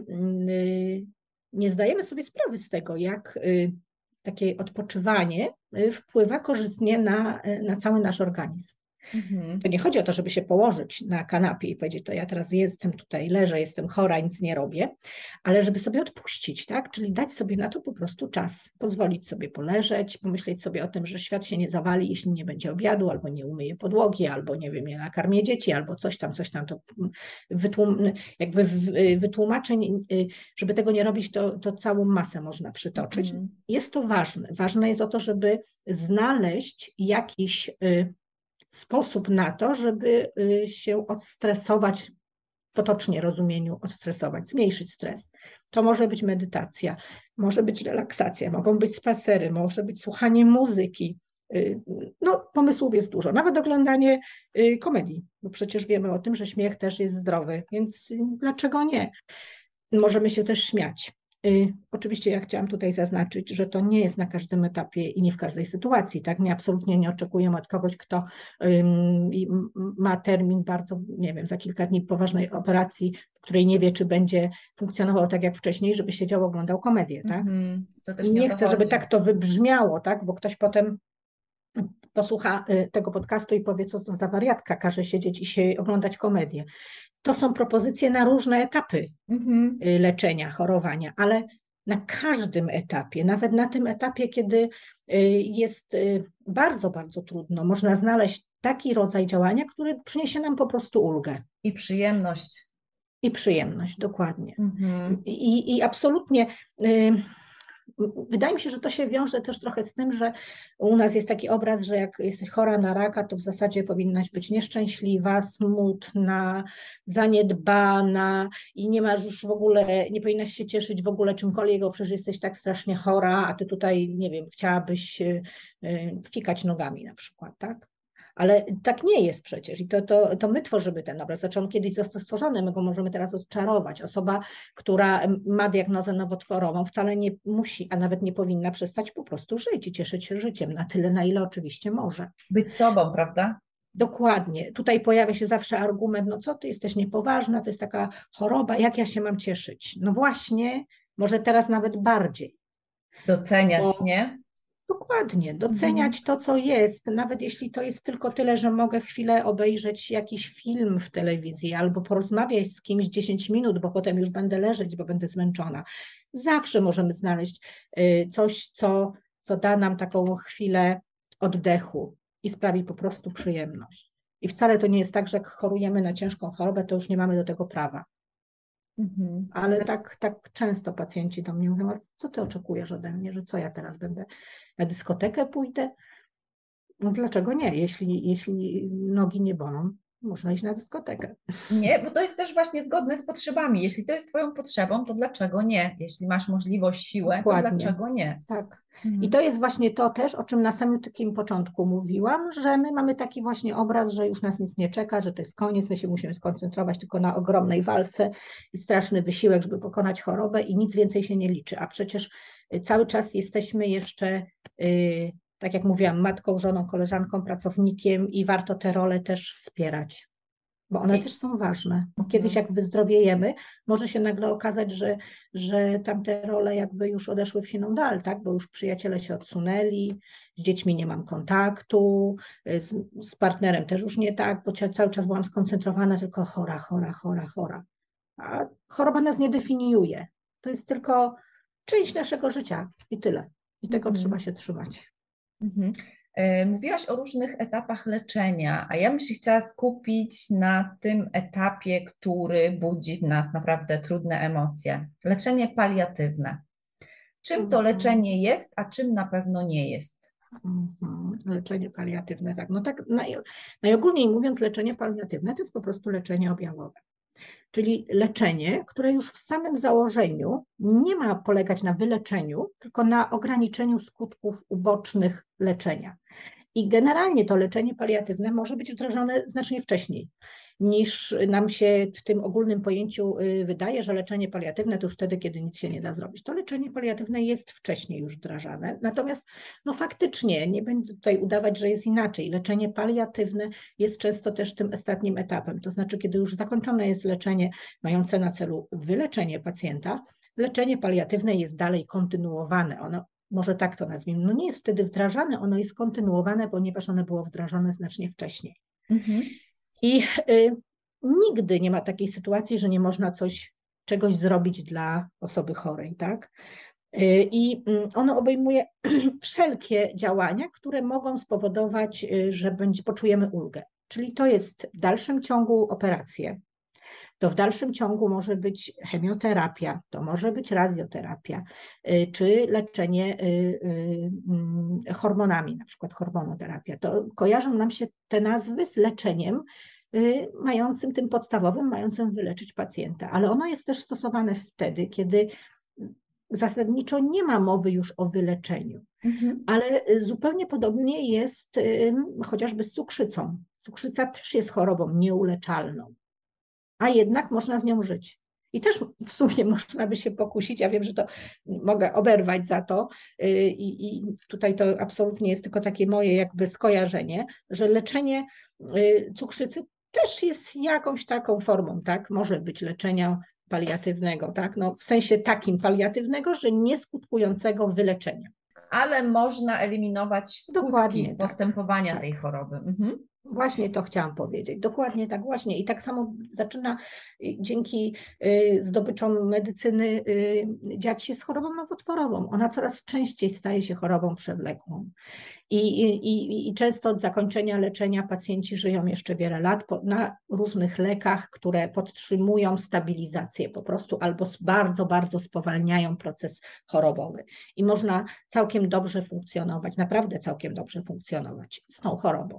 nie zdajemy sobie sprawy z tego, jak takie odpoczywanie wpływa korzystnie na, na cały nasz organizm. Mhm. To nie chodzi o to, żeby się położyć na kanapie i powiedzieć, to ja teraz jestem tutaj, leżę, jestem chora, nic nie robię, ale żeby sobie odpuścić, tak? Czyli dać sobie na to po prostu czas, pozwolić sobie poleżeć, pomyśleć sobie o tym, że świat się nie zawali, jeśli nie będzie obiadu, albo nie umyję podłogi, albo nie wiem, nie nakarmię dzieci, albo coś tam, coś tam, to wytłum, jakby wytłumaczeń, żeby tego nie robić, to, to całą masę można przytoczyć. Mhm. Jest to ważne. Ważne jest o to, żeby znaleźć jakiś sposób na to, żeby się odstresować, w potocznie rozumieniu odstresować, zmniejszyć stres. To może być medytacja, może być relaksacja, mogą być spacery, może być słuchanie muzyki. No, pomysłów jest dużo. Nawet oglądanie komedii, bo przecież wiemy o tym, że śmiech też jest zdrowy, więc dlaczego nie? Możemy się też śmiać. Oczywiście ja chciałam tutaj zaznaczyć, że to nie jest na każdym etapie i nie w każdej sytuacji, tak? Nie, absolutnie nie oczekujemy od kogoś, kto um, ma termin bardzo, nie wiem, za kilka dni poważnej operacji, w której nie wie, czy będzie funkcjonował tak jak wcześniej, żeby siedział, oglądał komedię, tak? Mm-hmm. To też nie nie chcę, żeby tak to wybrzmiało, tak? Bo ktoś potem posłucha tego podcastu i powie, co to za wariatka, każe siedzieć i się oglądać komedię. To są propozycje na różne etapy mhm. leczenia, chorowania, ale na każdym etapie, nawet na tym etapie, kiedy jest bardzo, bardzo trudno, można znaleźć taki rodzaj działania, który przyniesie nam po prostu ulgę. I przyjemność. I przyjemność, dokładnie. Mhm. I, I absolutnie... Wydaje mi się, że to się wiąże też trochę z tym, że u nas jest taki obraz, że jak jesteś chora na raka, to w zasadzie powinnaś być nieszczęśliwa, smutna, zaniedbana i nie masz już w ogóle, nie powinnaś się cieszyć w ogóle czymkolwiek, bo przecież jesteś tak strasznie chora, a ty tutaj, nie wiem, chciałabyś fikać nogami na przykład, tak? Ale tak nie jest przecież i to, to, to my tworzymy ten obraz. Znaczy on kiedyś został stworzony, my go możemy teraz odczarować. Osoba, która ma diagnozę nowotworową, wcale nie musi, a nawet nie powinna przestać po prostu żyć i cieszyć się życiem na tyle, na ile oczywiście może. Być sobą, prawda? Dokładnie. Tutaj pojawia się zawsze argument, no co ty jesteś niepoważna, to jest taka choroba, jak ja się mam cieszyć? No właśnie, może teraz nawet bardziej. Doceniać, bo... nie? Dokładnie, doceniać to, co jest, nawet jeśli to jest tylko tyle, że mogę chwilę obejrzeć jakiś film w telewizji albo porozmawiać z kimś dziesięć minut, bo potem już będę leżeć, bo będę zmęczona. Zawsze możemy znaleźć coś, co, co da nam taką chwilę oddechu i sprawi po prostu przyjemność. I wcale to nie jest tak, że jak chorujemy na ciężką chorobę, to już nie mamy do tego prawa. Mhm. Ale tak, tak często pacjenci do mnie mówią, co ty oczekujesz ode mnie, że co ja teraz będę, na dyskotekę pójdę? No dlaczego nie? Jeśli, jeśli nogi nie bolą, można iść na dyskotekę. Nie, bo to jest też właśnie zgodne z potrzebami. Jeśli to jest twoją potrzebą, to dlaczego nie? Jeśli masz możliwość, siłę, Dokładnie. to dlaczego nie? Tak. Mhm. I to jest właśnie to też, o czym na samym takim początku mówiłam, że my mamy taki właśnie obraz, że już nas nic nie czeka, że to jest koniec, my się musimy skoncentrować tylko na ogromnej walce i straszny wysiłek, żeby pokonać chorobę i nic więcej się nie liczy. A przecież cały czas jesteśmy jeszcze... Yy, tak jak mówiłam, matką, żoną, koleżanką, pracownikiem i warto te role też wspierać, bo one I... też są ważne. Bo kiedyś jak wyzdrowiejemy, może się nagle okazać, że, że tamte role jakby już odeszły w siną dal, tak? Bo już przyjaciele się odsunęli, z dziećmi nie mam kontaktu, z, z partnerem też już nie tak, bo cały czas byłam skoncentrowana tylko chora, chora, chora, chora. A choroba nas nie definiuje. To jest tylko część naszego życia i tyle. I tego mhm. trzeba się trzymać. Mhm. Mówiłaś o różnych etapach leczenia, a ja bym się chciała skupić na tym etapie, który budzi w nas naprawdę trudne emocje. Leczenie paliatywne. Czym to leczenie jest, a czym na pewno nie jest? Mhm. Leczenie paliatywne, tak. No tak naj, najogólniej mówiąc, leczenie paliatywne to jest po prostu leczenie objawowe. Czyli leczenie, które już w samym założeniu nie ma polegać na wyleczeniu, tylko na ograniczeniu skutków ubocznych leczenia. I generalnie to leczenie paliatywne może być wdrożone znacznie wcześniej, niż nam się w tym ogólnym pojęciu wydaje, że leczenie paliatywne to już wtedy, kiedy nic się nie da zrobić. To leczenie paliatywne jest wcześniej już wdrażane, natomiast no faktycznie, nie będę tutaj udawać, że jest inaczej. Leczenie paliatywne jest często też tym ostatnim etapem, to znaczy kiedy już zakończone jest leczenie mające na celu wyleczenie pacjenta, leczenie paliatywne jest dalej kontynuowane. Ono może tak to nazwijmy, no nie jest wtedy wdrażane, ono jest kontynuowane, ponieważ ono było wdrażane znacznie wcześniej. Mhm. I y, nigdy nie ma takiej sytuacji, że nie można coś, czegoś zrobić dla osoby chorej, tak? Y, I y, ono obejmuje wszelkie działania, które mogą spowodować, y, że będzie, poczujemy ulgę. Czyli to jest w dalszym ciągu operacje. To w dalszym ciągu może być chemioterapia, to może być radioterapia, czy leczenie hormonami, na przykład hormonoterapia. To kojarzą nam się te nazwy z leczeniem mającym, tym podstawowym, mającym wyleczyć pacjenta, ale ono jest też stosowane wtedy, kiedy zasadniczo nie ma mowy już o wyleczeniu, mhm. ale zupełnie podobnie jest chociażby z cukrzycą. Cukrzyca też jest chorobą nieuleczalną, a jednak można z nią żyć. I też w sumie można by się pokusić, ja wiem, że to mogę oberwać za to i, i tutaj to absolutnie jest tylko takie moje jakby skojarzenie, że leczenie cukrzycy też jest jakąś taką formą, tak? Może być leczenia paliatywnego, tak? No, w sensie takim paliatywnego, że nie skutkującego wyleczeniem. Ale można eliminować skutki Dokładnie, postępowania tak, tej tak. choroby. Mhm. Właśnie to chciałam powiedzieć. Dokładnie tak, właśnie. I tak samo zaczyna dzięki zdobyczom medycyny dziać się z chorobą nowotworową. Ona coraz częściej staje się chorobą przewlekłą. I, i, i często od zakończenia leczenia pacjenci żyją jeszcze wiele lat na różnych lekach, które podtrzymują stabilizację po prostu albo bardzo, bardzo spowalniają proces chorobowy. I można całkiem dobrze funkcjonować, naprawdę całkiem dobrze funkcjonować z tą chorobą.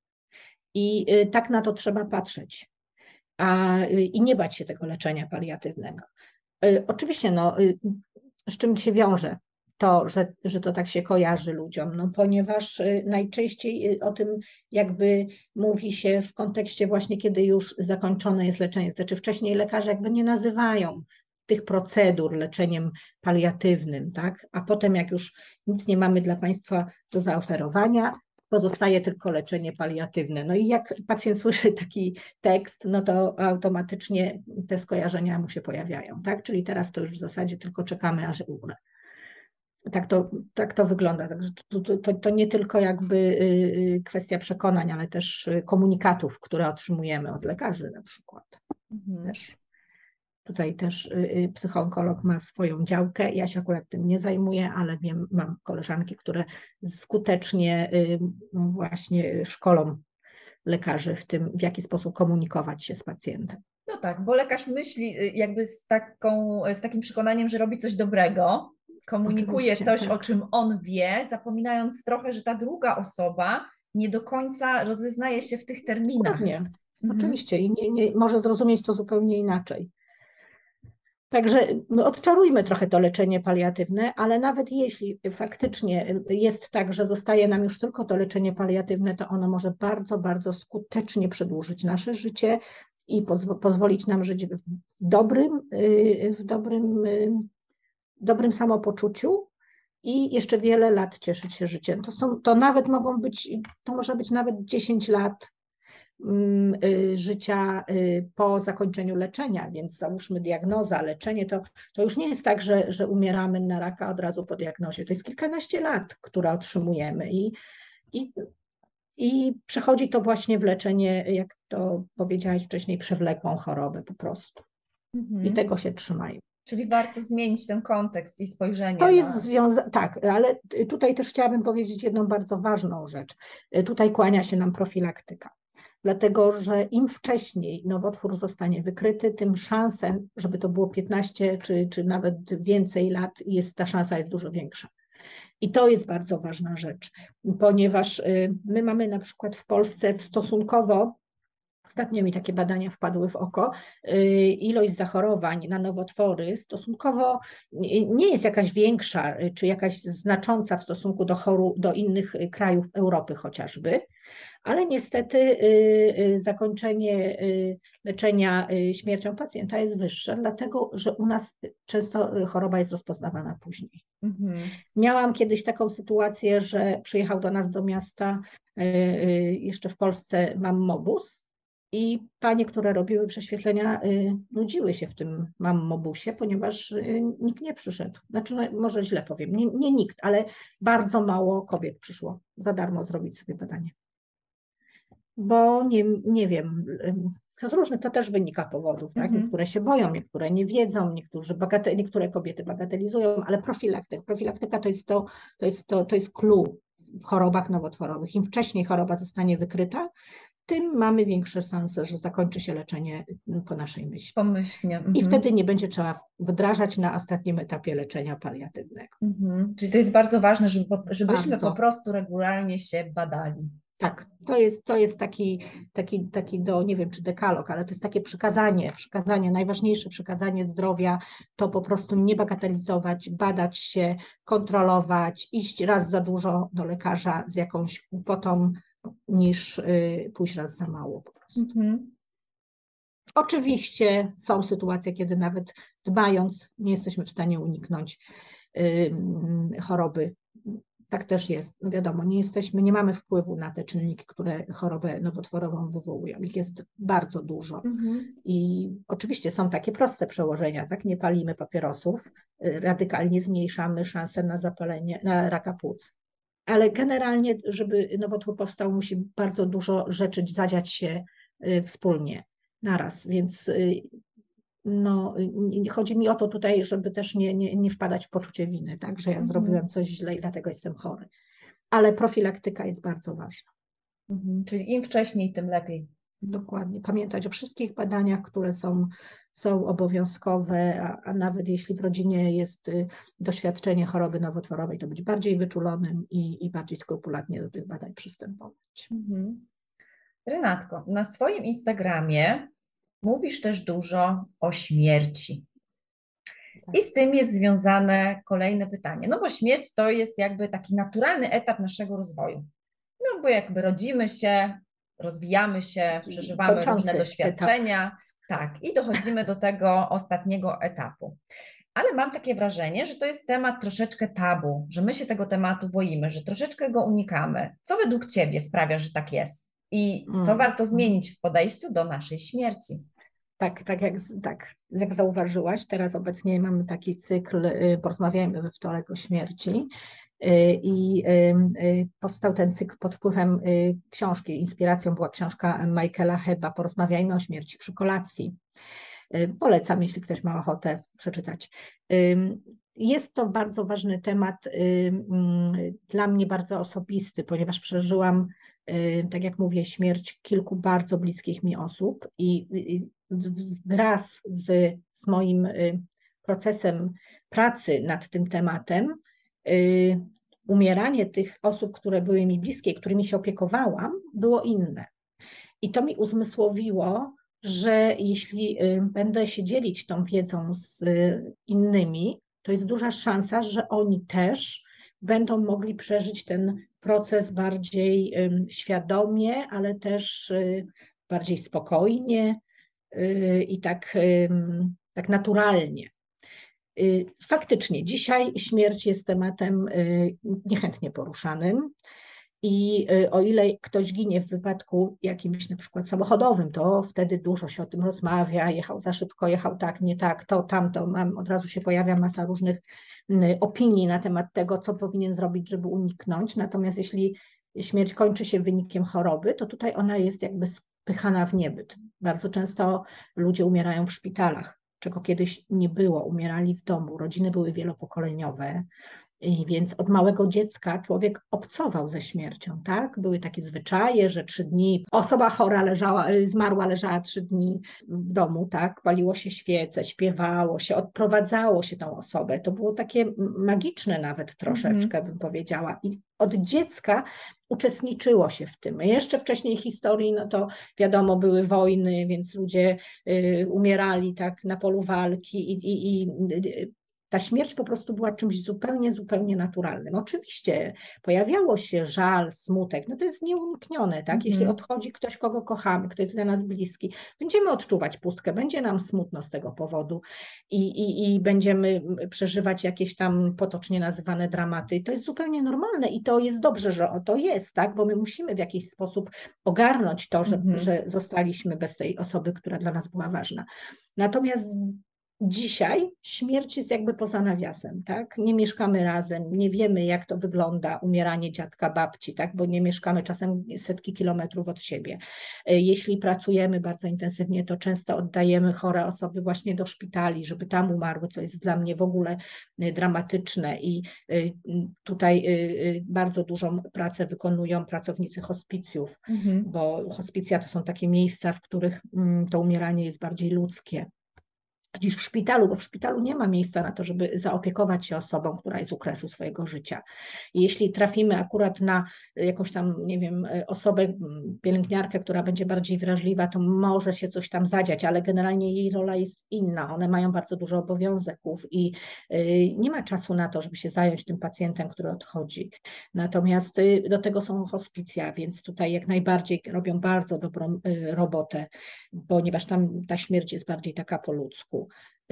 I tak na to trzeba patrzeć, a, i nie bać się tego leczenia paliatywnego. Oczywiście, no, z czym się wiąże to, że, że to tak się kojarzy ludziom, no, ponieważ najczęściej o tym jakby mówi się w kontekście właśnie, kiedy już zakończone jest leczenie, to znaczy wcześniej lekarze jakby nie nazywają tych procedur leczeniem paliatywnym, tak? A potem jak już nic nie mamy dla Państwa do zaoferowania, pozostaje tylko leczenie paliatywne. No i jak pacjent słyszy taki tekst, no to automatycznie te skojarzenia mu się pojawiają, tak? Czyli teraz to już w zasadzie tylko czekamy, aż umrze. Tak to, tak to wygląda. Także to, to, to nie tylko jakby kwestia przekonań, ale też komunikatów, które otrzymujemy od lekarzy na przykład. Mhm. Też. Tutaj też psychoonkolog ma swoją działkę. Ja się akurat tym nie zajmuję, ale wiem, mam koleżanki, które skutecznie właśnie szkolą lekarzy w tym, w jaki sposób komunikować się z pacjentem. No tak, bo lekarz myśli jakby z, taką, z takim przekonaniem, że robi coś dobrego, komunikuje Oczywiście, coś, tak. o czym on wie, zapominając trochę, że ta druga osoba nie do końca rozeznaje się w tych terminach. Dokładnie. Mhm. Oczywiście i nie, nie, może zrozumieć to zupełnie inaczej. Także odczarujmy trochę to leczenie paliatywne, ale nawet jeśli faktycznie jest tak, że zostaje nam już tylko to leczenie paliatywne, to ono może bardzo, bardzo skutecznie przedłużyć nasze życie i pozw- pozwolić nam żyć w dobrym, w dobrym, dobrym samopoczuciu i jeszcze wiele lat cieszyć się życiem. To są, to nawet mogą być, to może być nawet dziesięć lat życia po zakończeniu leczenia, więc załóżmy diagnoza, leczenie, to, to już nie jest tak, że, że umieramy na raka od razu po diagnozie. To jest kilkanaście lat, które otrzymujemy i, i, i przechodzi to właśnie w leczenie, jak to powiedziałaś wcześniej, przewlekłą chorobę po prostu. Mhm. I tego się trzymają. Czyli warto zmienić ten kontekst i spojrzenie. To na... jest związane, tak, ale tutaj też chciałabym powiedzieć jedną bardzo ważną rzecz. Tutaj kłania się nam profilaktyka. dlatego że im wcześniej nowotwór zostanie wykryty, tym szanse, żeby to było piętnaście czy, czy nawet więcej lat, jest, ta szansa jest dużo większa. I to jest bardzo ważna rzecz, ponieważ my mamy na przykład w Polsce stosunkowo, ostatnio mi takie badania wpadły w oko, ilość zachorowań na nowotwory stosunkowo nie jest jakaś większa, czy jakaś znacząca w stosunku do, choru, do innych krajów Europy chociażby, ale niestety zakończenie leczenia śmiercią pacjenta jest wyższe, dlatego że u nas często choroba jest rozpoznawana później. Mhm. Miałam kiedyś taką sytuację, że przyjechał do nas do miasta, jeszcze w Polsce mammobus, i panie, które robiły prześwietlenia, nudziły się w tym mammobusie, ponieważ nikt nie przyszedł. Znaczy, no, może źle powiem, nie, nie nikt, ale bardzo mało kobiet przyszło za darmo zrobić sobie badanie. Bo nie, nie wiem, z różnych to też wynika powodów, tak? Mm-hmm. Niektóre się boją, niektóre nie wiedzą, niektórzy bagate, niektóre kobiety bagatelizują, ale profilaktyka, profilaktyka to jest to, to jest to, to jest clue w chorobach nowotworowych. Im wcześniej choroba zostanie wykryta, tym mamy większe szanse, że zakończy się leczenie po naszej myśli. Pomyślnie. I mhm. wtedy nie będzie trzeba wdrażać na ostatnim etapie leczenia paliatywnego. Mhm. Czyli to jest bardzo ważne, żeby, żebyśmy bardzo. po prostu regularnie się badali. Tak, to jest, to jest taki, taki, taki do, nie wiem czy dekalog, ale to jest takie przykazanie, przykazanie, najważniejsze przykazanie zdrowia, to po prostu nie bagatelizować, badać się, kontrolować, iść raz za dużo do lekarza z jakąś głupotą, niż y, pójść raz za mało po prostu. Mhm. Oczywiście są sytuacje, kiedy nawet dbając nie jesteśmy w stanie uniknąć y, choroby. Tak też jest. No wiadomo, nie jesteśmy, nie mamy wpływu na te czynniki, które chorobę nowotworową wywołują. Ich jest bardzo dużo. Mhm. I oczywiście są takie proste przełożenia, tak? Nie palimy papierosów, radykalnie zmniejszamy szanse na zapalenie, na raka płuc. Ale generalnie, żeby nowotwór powstał, musi bardzo dużo rzeczy zadziać się wspólnie, naraz, więc no, chodzi mi o to tutaj, żeby też nie, nie, nie wpadać w poczucie winy, tak, że ja mhm. zrobiłem coś źle i dlatego jestem chory. Ale profilaktyka jest bardzo ważna. Mhm. Czyli im wcześniej, tym lepiej. Dokładnie. Pamiętać o wszystkich badaniach, które są, są obowiązkowe, a, a nawet jeśli w rodzinie jest y, doświadczenie choroby nowotworowej, to być bardziej wyczulonym i, i bardziej skrupulatnie do tych badań przystępować. Mhm. Renatko, na swoim Instagramie mówisz też dużo o śmierci. I z tym jest związane kolejne pytanie. No bo śmierć to jest jakby taki naturalny etap naszego rozwoju. No bo jakby rodzimy się, rozwijamy się, przeżywamy Kończący różne doświadczenia. Etap. Tak, i dochodzimy do tego ostatniego etapu. Ale mam takie wrażenie, że to jest temat troszeczkę tabu, że my się tego tematu boimy, że troszeczkę go unikamy. Co według Ciebie sprawia, że tak jest? I co mm. warto zmienić w podejściu do naszej śmierci? Tak, tak jak, tak jak zauważyłaś, teraz obecnie mamy taki cykl, porozmawiajmy we wtorek o śmierci i powstał ten cykl pod wpływem książki. Inspiracją była książka Michaela Heba, Porozmawiajmy o śmierci przy kolacji. Polecam, jeśli ktoś ma ochotę przeczytać. Jest to bardzo ważny temat, dla mnie bardzo osobisty, ponieważ przeżyłam, tak jak mówię, śmierć kilku bardzo bliskich mi osób i wraz z, z moim procesem pracy nad tym tematem, umieranie tych osób, które były mi bliskie, którymi się opiekowałam, było inne. I to mi uzmysłowiło, że jeśli będę się dzielić tą wiedzą z innymi, to jest duża szansa, że oni też będą mogli przeżyć ten proces bardziej świadomie, ale też bardziej spokojnie i tak, tak naturalnie. Faktycznie, dzisiaj śmierć jest tematem niechętnie poruszanym. I o ile ktoś ginie w wypadku jakimś na przykład samochodowym, to wtedy dużo się o tym rozmawia, jechał za szybko, jechał tak, nie tak, to, tamto, mam, od razu się pojawia masa różnych opinii na temat tego, co powinien zrobić, żeby uniknąć. Natomiast jeśli śmierć kończy się wynikiem choroby, to tutaj ona jest jakby spychana w niebyt. Bardzo często ludzie umierają w szpitalach, czego kiedyś nie było. Umierali w domu, rodziny były wielopokoleniowe. I więc od małego dziecka człowiek obcował ze śmiercią, tak? Były takie zwyczaje, że trzy dni osoba chora leżała, zmarła, leżała trzy dni w domu, tak? Paliło się świece, śpiewało się, odprowadzało się tą osobę. To było takie magiczne nawet troszeczkę, bym powiedziała. I od dziecka uczestniczyło się w tym. Jeszcze wcześniej historii, no to wiadomo, były wojny, więc ludzie y, umierali tak na polu walki i, i, i ta śmierć po prostu była czymś zupełnie, zupełnie naturalnym. Oczywiście pojawiało się żal, smutek, no to jest nieuniknione, tak? Jeśli odchodzi ktoś, kogo kochamy, kto jest dla nas bliski, będziemy odczuwać pustkę, będzie nam smutno z tego powodu i, i, i będziemy przeżywać jakieś tam potocznie nazywane dramaty. To jest zupełnie normalne i to jest dobrze, że to jest, tak? Bo my musimy w jakiś sposób ogarnąć to, że, Mhm. że zostaliśmy bez tej osoby, która dla nas była ważna. Natomiast dzisiaj śmierć jest jakby poza nawiasem, tak? Nie mieszkamy razem, nie wiemy, jak to wygląda umieranie dziadka, babci, tak? Bo nie mieszkamy czasem setki kilometrów od siebie. Jeśli pracujemy bardzo intensywnie, to często oddajemy chore osoby właśnie do szpitali, żeby tam umarły, co jest dla mnie w ogóle dramatyczne i tutaj bardzo dużą pracę wykonują pracownicy hospicjów, Mhm. bo hospicja to są takie miejsca, w których to umieranie jest bardziej ludzkie niż w szpitalu, bo w szpitalu nie ma miejsca na to, żeby zaopiekować się osobą, która jest u kresu swojego życia. I jeśli trafimy akurat na jakąś tam, nie wiem, osobę, pielęgniarkę, która będzie bardziej wrażliwa, to może się coś tam zadziać, ale generalnie jej rola jest inna. One mają bardzo dużo obowiązków i nie ma czasu na to, żeby się zająć tym pacjentem, który odchodzi. Natomiast do tego są hospicja, więc tutaj jak najbardziej robią bardzo dobrą robotę, ponieważ tam ta śmierć jest bardziej taka po ludzku.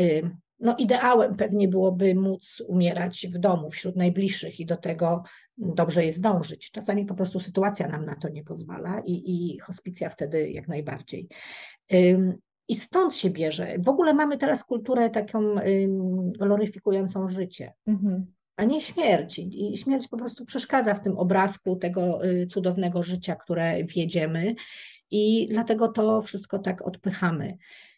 No ideałem pewnie byłoby móc umierać w domu, wśród najbliższych i do tego dobrze jest dążyć. Czasami po prostu sytuacja nam na to nie pozwala i, i hospicja wtedy jak najbardziej. I stąd się bierze. W ogóle mamy teraz kulturę taką gloryfikującą życie, Mhm. a nie śmierć. I śmierć po prostu przeszkadza w tym obrazku tego cudownego życia, które wiedziemy i dlatego to wszystko tak odpychamy.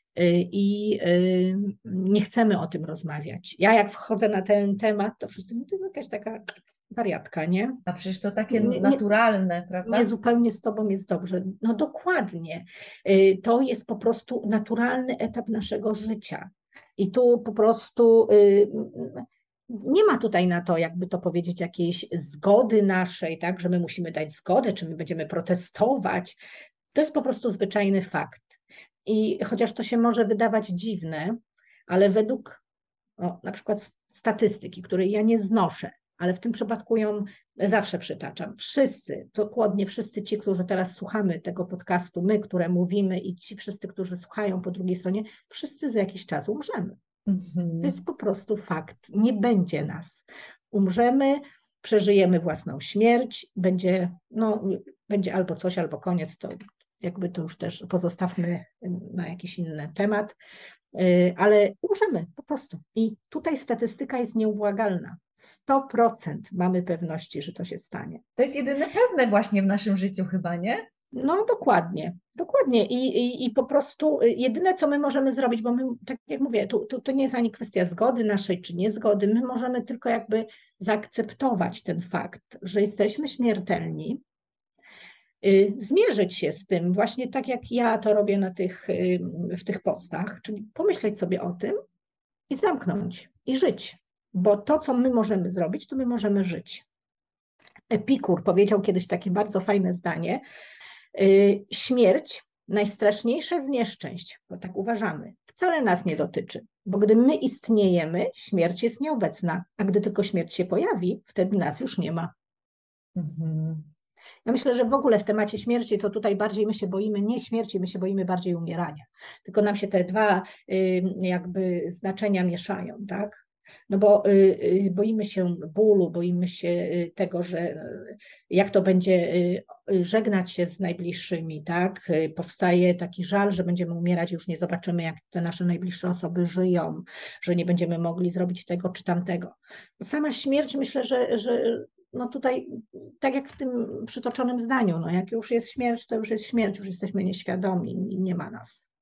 I nie chcemy o tym rozmawiać. Ja jak wchodzę na ten temat, to wszyscy mówią, to jest jakaś taka wariatka, nie? A przecież to takie Nie, nie, naturalne, nie prawda? zupełnie z tobą jest dobrze. No dokładnie. To jest po prostu naturalny etap naszego życia. I tu po prostu nie ma tutaj na to, jakby to powiedzieć, jakiejś zgody naszej, tak, że my musimy dać zgodę, czy my będziemy protestować. To jest po prostu zwyczajny fakt. I chociaż to się może wydawać dziwne, ale według o, na przykład statystyki, której ja nie znoszę, ale w tym przypadku ją zawsze przytaczam. Wszyscy, dokładnie wszyscy ci, którzy teraz słuchamy tego podcastu, my, które mówimy i ci wszyscy, którzy słuchają po drugiej stronie, wszyscy za jakiś czas umrzemy. Mhm. To jest po prostu fakt. Nie będzie nas. Umrzemy, przeżyjemy własną śmierć, będzie, no, będzie albo coś, albo koniec, to jakby to już też pozostawmy na jakiś inny temat, ale umrzemy po prostu. I tutaj statystyka jest nieubłagalna. sto procent mamy pewności, że to się stanie. To jest jedyne pewne właśnie w naszym życiu chyba, nie? No dokładnie, dokładnie. I, i, i po prostu jedyne, co my możemy zrobić, bo my, tak jak mówię, tu, tu, to nie jest ani kwestia zgody naszej czy niezgody, my możemy tylko jakby zaakceptować ten fakt, że jesteśmy śmiertelni, zmierzyć się z tym, właśnie tak jak ja to robię na tych, w tych postach, czyli pomyśleć sobie o tym i zamknąć i żyć, bo to, co my możemy zrobić, to my możemy żyć. Epikur powiedział kiedyś takie bardzo fajne zdanie, śmierć, najstraszniejsze z nieszczęść, bo tak uważamy, wcale nas nie dotyczy, bo gdy my istniejemy, śmierć jest nieobecna, a gdy tylko śmierć się pojawi, wtedy nas już nie ma. Mhm. Ja myślę, że w ogóle w temacie śmierci to tutaj bardziej my się boimy nie śmierci, my się boimy bardziej umierania. Tylko nam się te dwa jakby znaczenia mieszają, tak? No bo boimy się bólu, boimy się tego, że jak to będzie żegnać się z najbliższymi, tak? Powstaje taki żal, że będziemy umierać, już nie zobaczymy, jak te nasze najbliższe osoby żyją, że nie będziemy mogli zrobić tego czy tamtego. Sama śmierć, myślę, że, że no tutaj, tak jak w tym przytoczonym zdaniu, no jak już jest śmierć, to już jest śmierć, już jesteśmy nieświadomi i nie ma nas.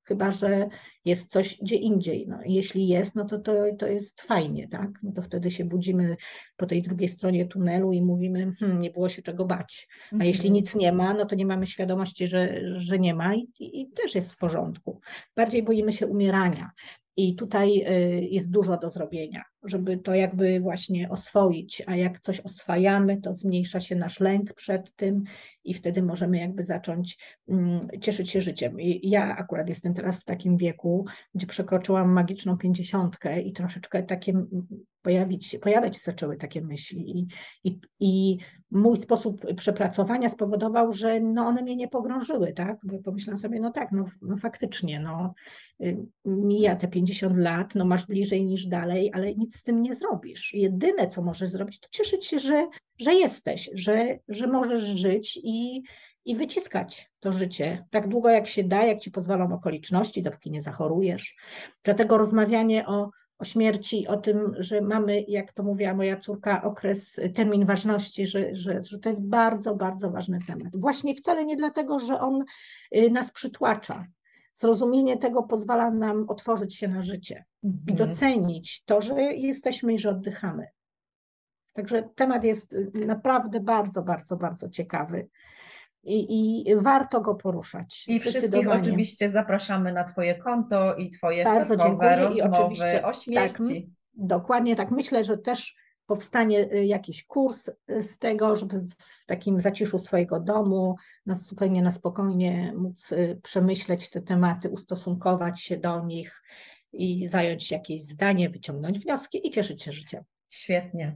chyba że jest coś gdzie indziej. No, jeśli jest, no to, to to jest fajnie, tak? No to wtedy się budzimy po tej drugiej stronie tunelu i mówimy, hmm, nie było się czego bać. A jeśli Mhm. nic nie ma, no to nie mamy świadomości, że, że nie ma i, i, i też jest w porządku. Bardziej boimy się umierania. I tutaj y, jest dużo do zrobienia, żeby to jakby właśnie oswoić, a jak coś oswajamy, to zmniejsza się nasz lęk przed tym i wtedy możemy jakby zacząć mm, cieszyć się życiem. I ja akurat jestem teraz w takim wieku, gdzie przekroczyłam magiczną pięćdziesiątkę i troszeczkę takie mm, pojawić się, pojawiać się zaczęły takie myśli. I, i, i mój sposób przepracowania spowodował, że no one mnie nie pogrążyły, tak? Bo pomyślałam sobie, no tak, no, no faktycznie, no y, mija te pięćdziesiąt lat, no masz bliżej niż dalej, ale nic z tym nie zrobisz. Jedyne, co możesz zrobić, to cieszyć się, że, że jesteś, że, że możesz żyć i, i wyciskać to życie tak długo, jak się da, jak ci pozwolą okoliczności, dopóki nie zachorujesz. Dlatego rozmawianie o o śmierci, o tym, że mamy, jak to mówiła moja córka, okres, termin ważności, że, że, że to jest bardzo, bardzo ważny temat. Właśnie wcale nie dlatego, że on y, nas przytłacza. Zrozumienie tego pozwala nam otworzyć się na życie i Mhm. docenić to, że jesteśmy i że oddychamy. Także temat jest naprawdę bardzo, bardzo, bardzo ciekawy i, i warto go poruszać. I wszystkich Zdecydowanie. oczywiście zapraszamy na Twoje konto i Twoje Bardzo fachowe dziękuję i rozmowy oczywiście o tak, m, śmierci. dokładnie tak. Myślę, że też powstanie y, jakiś kurs y, z tego, żeby w w takim zaciszu swojego domu, na, zupełnie na spokojnie móc y, przemyśleć te tematy, ustosunkować się do nich i zająć się jakieś zdanie, wyciągnąć wnioski i cieszyć się życiem. Świetnie.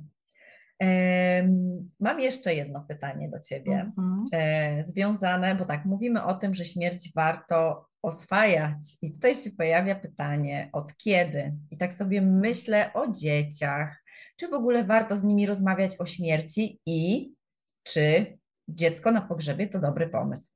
Em, Mam jeszcze jedno pytanie do Ciebie, Mhm. e, związane, bo tak, mówimy o tym, że śmierć warto oswajać i tutaj się pojawia pytanie, od kiedy? I tak sobie myślę o dzieciach, czy w ogóle warto z nimi rozmawiać o śmierci i czy dziecko na pogrzebie to dobry pomysł?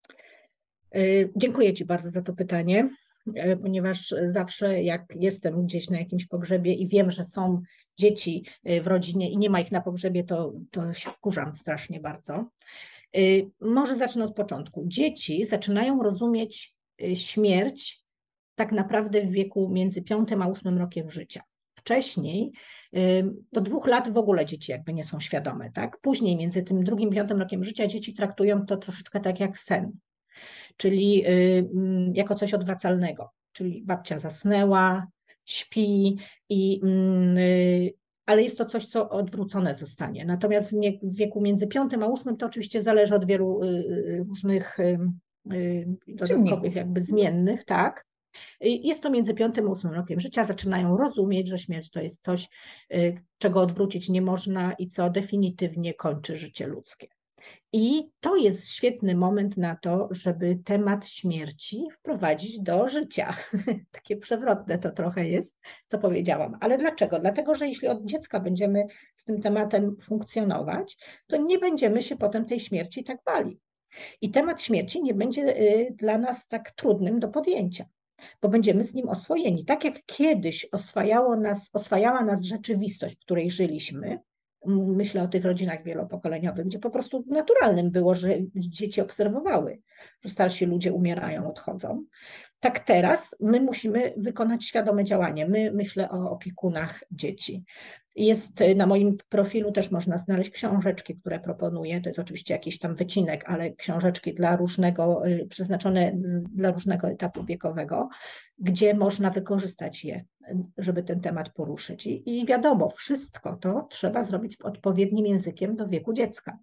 Y, Dziękuję Ci bardzo za to pytanie, y, ponieważ zawsze jak jestem gdzieś na jakimś pogrzebie i wiem, że są dzieci y, w rodzinie i nie ma ich na pogrzebie, to, to się wkurzam strasznie bardzo. Y, Może zacznę od początku. Dzieci zaczynają rozumieć y, śmierć tak naprawdę w wieku między piątym a ósmym rokiem życia. Wcześniej y, do dwóch lat w ogóle dzieci jakby nie są świadome, tak? Później między tym drugim, piątym rokiem życia dzieci traktują to troszeczkę tak jak sen, czyli y, mm, jako coś odwracalnego, czyli babcia zasnęła, śpi, i, mm, y, ale jest to coś, co odwrócone zostanie. Natomiast w wieku między piątym a ósmym to oczywiście zależy od wielu y, y, różnych y, y, dodatkowych Czynników. jakby zmiennych, tak. Y, Jest to między piątym a ósmym rokiem życia, zaczynają rozumieć, że śmierć to jest coś, y, czego odwrócić nie można i co definitywnie kończy życie ludzkie. I to jest świetny moment na to, żeby temat śmierci wprowadzić do życia. Takie przewrotne to trochę jest, co powiedziałam. Ale dlaczego? Dlatego, że jeśli od dziecka będziemy z tym tematem funkcjonować, to nie będziemy się potem tej śmierci tak bali. I temat śmierci nie będzie y, dla nas tak trudnym do podjęcia, bo będziemy z nim oswojeni. Tak jak kiedyś oswajało nas, oswajała nas rzeczywistość, w której żyliśmy, myślę o tych rodzinach wielopokoleniowych, gdzie po prostu naturalnym było, że dzieci obserwowały, że starsi ludzie umierają, odchodzą. Tak teraz my musimy wykonać świadome działanie. My, myślę o opiekunach dzieci. Jest na moim profilu też można znaleźć książeczki, które proponuję. To jest oczywiście jakiś tam wycinek, ale książeczki dla różnego, przeznaczone dla różnego etapu wiekowego, gdzie można wykorzystać je, żeby ten temat poruszyć. I, i wiadomo, wszystko to trzeba zrobić odpowiednim językiem do wieku dziecka.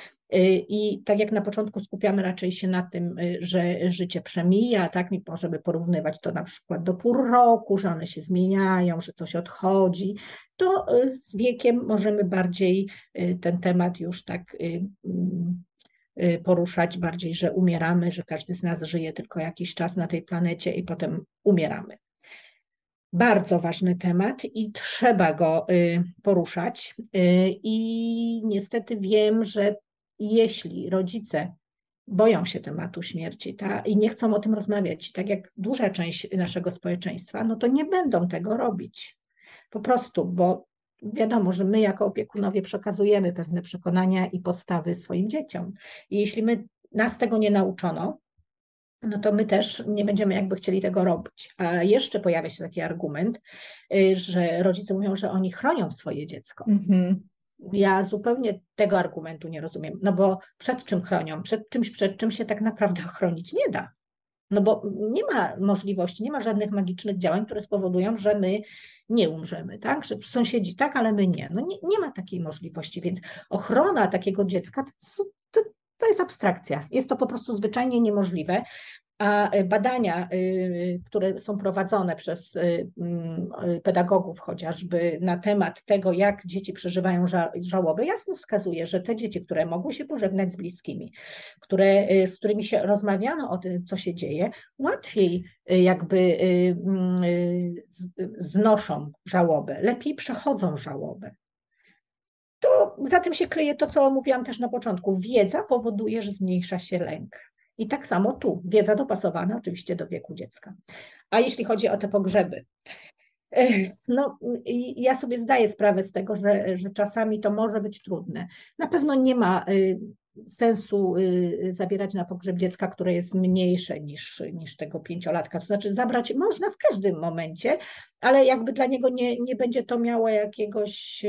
I tak jak na początku skupiamy raczej się na tym, że życie przemija, tak, możemy porównywać to na przykład do pór roku, że one się zmieniają, że coś odchodzi, to z wiekiem możemy bardziej ten temat już tak poruszać, bardziej, że umieramy, że każdy z nas żyje tylko jakiś czas na tej planecie i potem umieramy. Bardzo ważny temat i trzeba go poruszać. I niestety wiem, że jeśli rodzice boją się tematu śmierci ta, i nie chcą o tym rozmawiać, tak jak duża część naszego społeczeństwa, no to nie będą tego robić. Po prostu, bo wiadomo, że my jako opiekunowie przekazujemy pewne przekonania i postawy swoim dzieciom. I jeśli my, nas tego nie nauczono, no to my też nie będziemy jakby chcieli tego robić. A jeszcze pojawia się taki argument, y, że rodzice mówią, że oni chronią swoje dziecko. Mhm. Ja zupełnie tego argumentu nie rozumiem, no bo przed czym chronią? Przed czymś, przed czym się tak naprawdę chronić nie da. No bo nie ma możliwości, nie ma żadnych magicznych działań, które spowodują, że my nie umrzemy, tak? Że sąsiedzi tak, ale my nie. No nie, nie ma takiej możliwości, więc ochrona takiego dziecka to, to, to jest abstrakcja. Jest to po prostu zwyczajnie niemożliwe. A badania, które są prowadzone przez pedagogów chociażby na temat tego, jak dzieci przeżywają żałobę, jasno wskazuje, że te dzieci, które mogły się pożegnać z bliskimi, które, z którymi się rozmawiano o tym, co się dzieje, łatwiej jakby znoszą żałobę, lepiej przechodzą żałobę. To za tym się kryje to, co mówiłam też na początku. Wiedza powoduje, że zmniejsza się lęk. I tak samo tu, wiedza dopasowana oczywiście do wieku dziecka. A jeśli chodzi o te pogrzeby, no ja sobie zdaję sprawę z tego, że, że czasami to może być trudne. Na pewno nie ma sensu zabierać na pogrzeb dziecka, które jest mniejsze niż, niż tego pięciolatka. To znaczy zabrać można w każdym momencie, ale jakby dla niego nie, nie będzie to miało jakiegoś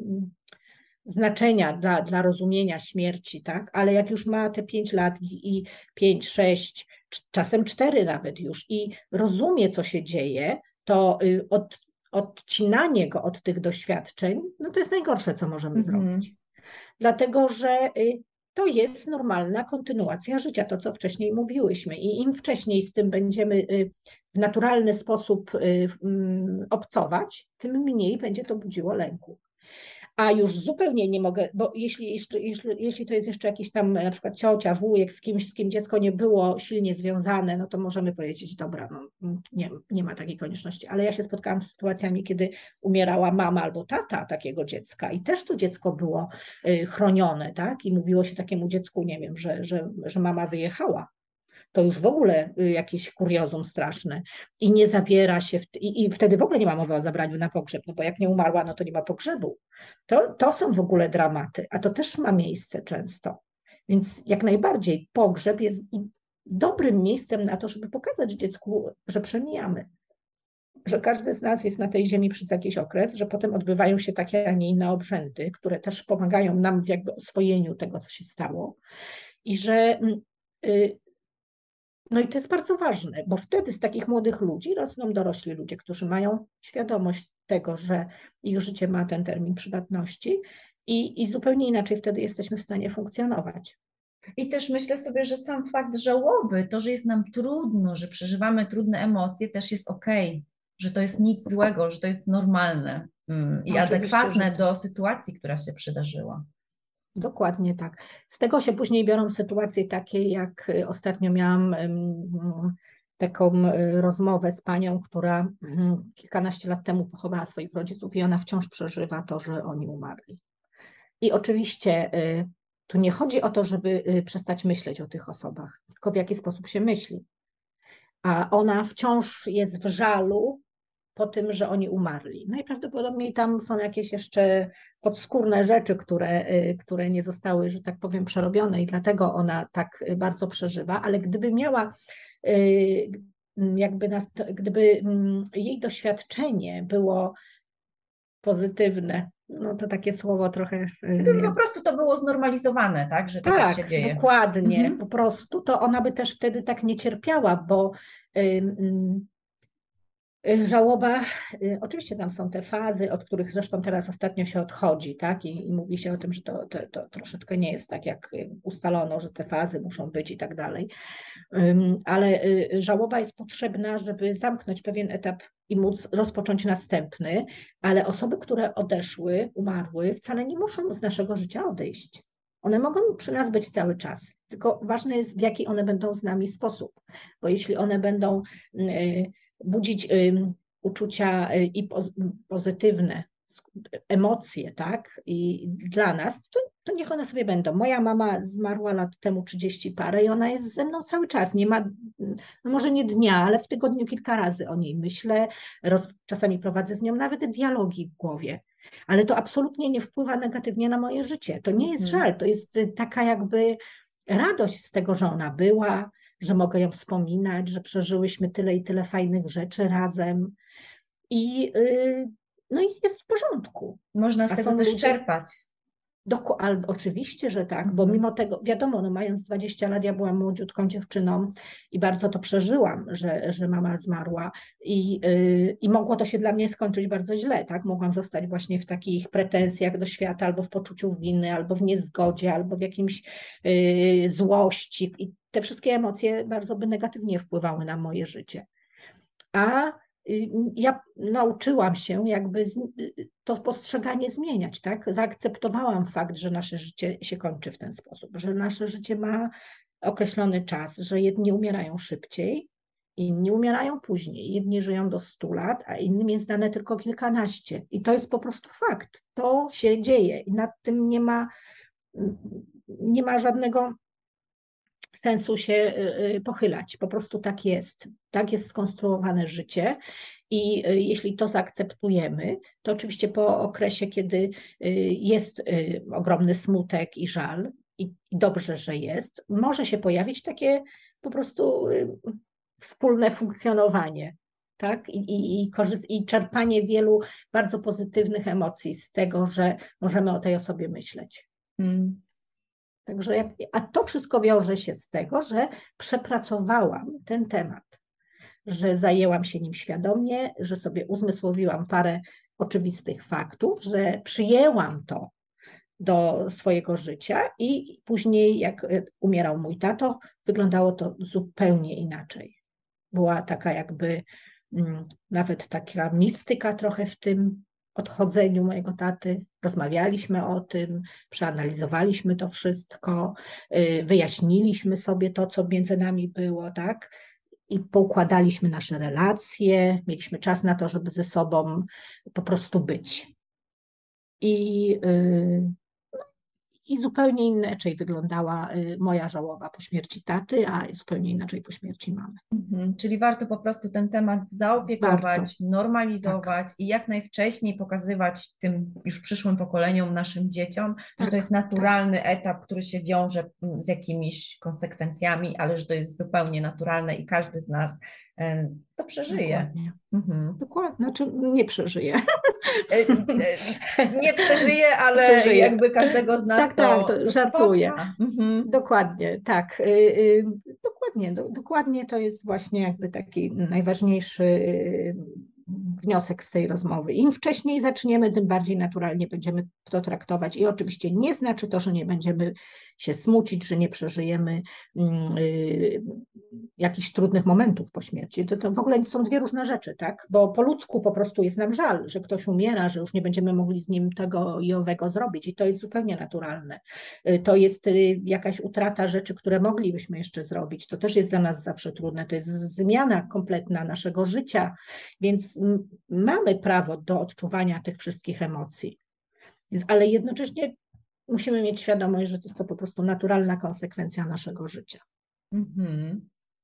znaczenia dla, dla rozumienia śmierci, tak? Ale jak już ma te pięć lat i pięć, sześć, czasem cztery nawet już i rozumie, co się dzieje, to od, odcinanie go od tych doświadczeń, no to jest najgorsze, co możemy Mhm. zrobić. Dlatego, że to jest normalna kontynuacja życia, to co wcześniej mówiłyśmy i im wcześniej z tym będziemy w naturalny sposób obcować, tym mniej będzie to budziło lęku. A już zupełnie nie mogę, bo jeśli, jeśli, jeśli to jest jeszcze jakiś tam na przykład ciocia, wujek, z kimś, z kim dziecko nie było silnie związane, no to możemy powiedzieć, dobra, no, nie, nie ma takiej konieczności. Ale ja się spotkałam z sytuacjami, kiedy umierała mama albo tata takiego dziecka i też to dziecko było chronione, tak? I mówiło się takiemu dziecku, nie wiem, że, że, że mama wyjechała. To już w ogóle jakieś kuriozum straszne i nie zabiera się, w, i, i wtedy w ogóle nie ma mowy o zabraniu na pogrzeb, no bo jak nie umarła, no to nie ma pogrzebu. To, to są w ogóle dramaty, a to też ma miejsce często. Więc jak najbardziej pogrzeb jest dobrym miejscem na to, żeby pokazać dziecku, że przemijamy, że każdy z nas jest na tej ziemi przez jakiś okres, że potem odbywają się takie, a nie inne obrzędy, które też pomagają nam w jakby oswojeniu tego, co się stało i że y, no i to jest bardzo ważne, bo wtedy z takich młodych ludzi rosną dorośli ludzie, którzy mają świadomość tego, że ich życie ma ten termin przydatności i, i zupełnie inaczej wtedy jesteśmy w stanie funkcjonować. I też myślę sobie, że sam fakt żałoby, to, że jest nam trudno, że przeżywamy trudne emocje, też jest okej, że to jest nic złego, że to jest normalne mm, i Oczywiście, adekwatne że tak. do sytuacji, która się przydarzyła. Dokładnie tak. Z tego się później biorą sytuacje takie, jak ostatnio miałam taką rozmowę z panią, która kilkanaście lat temu pochowała swoich rodziców i ona wciąż przeżywa to, że oni umarli. I oczywiście tu nie chodzi o to, żeby przestać myśleć o tych osobach, tylko w jaki sposób się myśli. A ona wciąż jest w żalu po tym, że oni umarli. Najprawdopodobniej tam są jakieś jeszcze podskórne rzeczy, które, które nie zostały, że tak powiem, przerobione i dlatego ona tak bardzo przeżywa, ale gdyby miała, jakby nas, gdyby jej doświadczenie było pozytywne, no to takie słowo trochę... Gdyby po prostu to było znormalizowane, tak, że to tak, tak się dzieje. Dokładnie, mhm. po prostu to ona by też wtedy tak nie cierpiała, bo żałoba, oczywiście tam są te fazy, od których zresztą teraz ostatnio się odchodzi, tak? I, i mówi się o tym, że to, to, to troszeczkę nie jest tak, jak ustalono, że te fazy muszą być i tak dalej. Ale żałoba jest potrzebna, żeby zamknąć pewien etap i móc rozpocząć następny, ale osoby, które odeszły, umarły, wcale nie muszą z naszego życia odejść. One mogą przy nas być cały czas, tylko ważne jest, w jaki one będą z nami sposób, bo jeśli one będą budzić uczucia i pozytywne emocje, tak, i dla nas, to, to niech one sobie będą. Moja mama zmarła lat temu trzydzieści parę i ona jest ze mną cały czas. Nie ma, no może nie dnia, ale w tygodniu kilka razy o niej myślę, roz, czasami prowadzę z nią nawet dialogi w głowie, ale to absolutnie nie wpływa negatywnie na moje życie. To nie jest Mhm. żal, to jest taka jakby radość z tego, że ona była, że mogę ją wspominać, że przeżyłyśmy tyle i tyle fajnych rzeczy razem i, yy, no i jest w porządku. Można z A tego są też ludzie, czerpać. Doku- ale oczywiście, że tak, bo Mhm. mimo tego, wiadomo, no mając dwadzieścia lat, ja byłam młodziutką dziewczyną i bardzo to przeżyłam, że, że mama zmarła i, yy, i mogło to się dla mnie skończyć bardzo źle, tak? Mogłam zostać właśnie w takich pretensjach do świata, albo w poczuciu winy, albo w niezgodzie, albo w jakimś yy, złości i te wszystkie emocje bardzo by negatywnie wpływały na moje życie. A ja nauczyłam się jakby to postrzeganie zmieniać, tak? Zaakceptowałam fakt, że nasze życie się kończy w ten sposób, że nasze życie ma określony czas, że jedni umierają szybciej, inni umierają później. Jedni żyją do stu lat, a innym jest dane tylko kilkanaście. I to jest po prostu fakt. To się dzieje i nad tym nie ma, nie ma żadnego sensu się pochylać. Po prostu tak jest. Tak jest skonstruowane życie i jeśli to zaakceptujemy, to oczywiście po okresie, kiedy jest ogromny smutek i żal, i dobrze, że jest, może się pojawić takie po prostu wspólne funkcjonowanie. Tak? I, i, i, korzyst- i czerpanie wielu bardzo pozytywnych emocji z tego, że możemy o tej osobie myśleć. Hmm. Także ja, a to wszystko wiąże się z tego, że przepracowałam ten temat, że zajęłam się nim świadomie, że sobie uzmysłowiłam parę oczywistych faktów, że przyjęłam to do swojego życia i później jak umierał mój tato, wyglądało to zupełnie inaczej. Była taka jakby nawet taka mistyka trochę w tym odchodzeniu mojego taty. Rozmawialiśmy o tym, przeanalizowaliśmy to wszystko, wyjaśniliśmy sobie to, co między nami było, tak? I poukładaliśmy nasze relacje, mieliśmy czas na to, żeby ze sobą po prostu być. I, i zupełnie inaczej wyglądała moja żałoba po śmierci taty, a zupełnie inaczej po śmierci mamy. Mhm. Czyli warto po prostu ten temat zaopiekować, Warto. normalizować Tak. i jak najwcześniej pokazywać tym już przyszłym pokoleniom, naszym dzieciom, że Tak, to jest naturalny etap, który się wiąże z jakimiś konsekwencjami, ale że to jest zupełnie naturalne i każdy z nas e, to przeżyje. Dokładnie. Mhm. Dokładnie, znaczy nie przeżyje. E, e, Nie przeżyje, ale Przeżyje. jakby każego z nas Tak, tak, to, to to żartuję. spotka. Mhm. Dokładnie, tak. Y, y, Dokładnie, do, dokładnie to jest właśnie jakby taki najważniejszy y, wniosek z tej rozmowy. Im wcześniej zaczniemy, tym bardziej naturalnie będziemy to traktować. I oczywiście nie znaczy to, że nie będziemy się smucić, że nie przeżyjemy mm, y, jakichś trudnych momentów po śmierci. To, to w ogóle są dwie różne rzeczy, tak? Bo po ludzku po prostu jest nam żal, że ktoś umiera, że już nie będziemy mogli z nim tego i owego zrobić i to jest zupełnie naturalne. Y, To jest y, jakaś utrata rzeczy, które moglibyśmy jeszcze zrobić. To też jest dla nas zawsze trudne. To jest zmiana kompletna naszego życia, więc m, mamy prawo do odczuwania tych wszystkich emocji. Więc- Ale jednocześnie musimy mieć świadomość, że to jest to po prostu naturalna konsekwencja naszego życia. Mhm.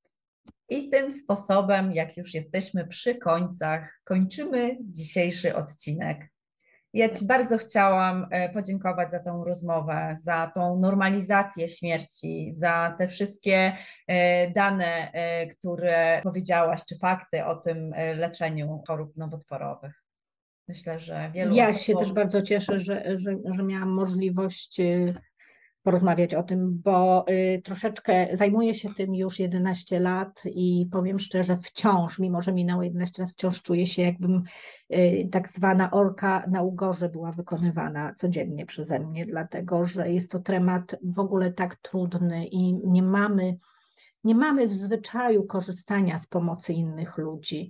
I tym sposobem, jak już jesteśmy przy końcach, kończymy dzisiejszy odcinek. Ja Ci bardzo chciałam e, podziękować za tą rozmowę, za tą normalizację śmierci, za te wszystkie e, dane, e, które powiedziałaś, czy fakty o tym e, leczeniu chorób nowotworowych. Myślę, że wielu Ja się też osobom... bardzo cieszę, że, że, że miałam możliwość y, porozmawiać o tym, bo y, troszeczkę zajmuję się tym już jedenaście lat i powiem szczerze, wciąż, mimo że minęło jedenaście lat, wciąż czuję się, jakbym y, tak zwana orka na ugorze była wykonywana codziennie przeze mnie, dlatego że jest to temat w ogóle tak trudny i nie mamy, nie mamy w zwyczaju korzystania z pomocy innych ludzi.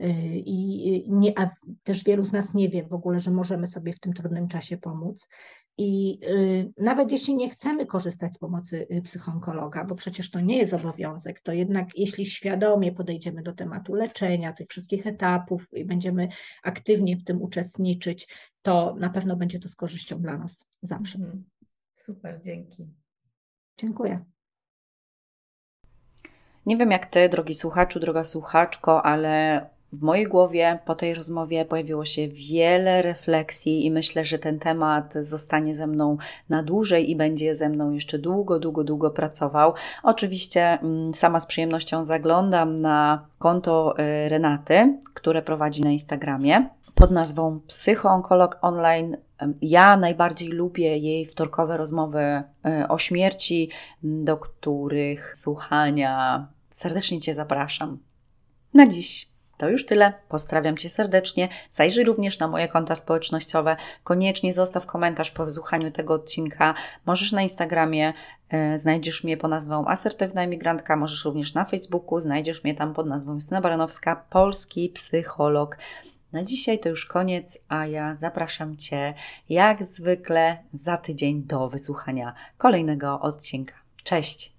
I nie, a też wielu z nas nie wie w ogóle, że możemy sobie w tym trudnym czasie pomóc. I y, nawet jeśli nie chcemy korzystać z pomocy psychoonkologa, bo przecież to nie jest obowiązek, to jednak jeśli świadomie podejdziemy do tematu leczenia, tych wszystkich etapów i będziemy aktywnie w tym uczestniczyć, to na pewno będzie to z korzyścią dla nas zawsze. Mhm. Super, dzięki. Dziękuję. Nie wiem jak Ty, drogi słuchaczu, droga słuchaczko, ale W mojej głowie po tej rozmowie pojawiło się wiele refleksji i myślę, że ten temat zostanie ze mną na dłużej i będzie ze mną jeszcze długo, długo, długo pracował. Oczywiście sama z przyjemnością zaglądam na konto Renaty, które prowadzi na Instagramie pod nazwą Psychoonkolog Online. Ja najbardziej lubię jej wtorkowe rozmowy o śmierci, do których słuchania serdecznie Cię zapraszam. Na dziś to już tyle. Pozdrawiam Cię serdecznie. Zajrzyj również na moje konta społecznościowe. Koniecznie zostaw komentarz po wysłuchaniu tego odcinka. Możesz na Instagramie, e, znajdziesz mnie pod nazwą Asertywna Emigrantka. Możesz również na Facebooku, znajdziesz mnie tam pod nazwą Justyna Baranowska, polski psycholog. Na dzisiaj to już koniec, a ja zapraszam Cię jak zwykle za tydzień do wysłuchania kolejnego odcinka. Cześć!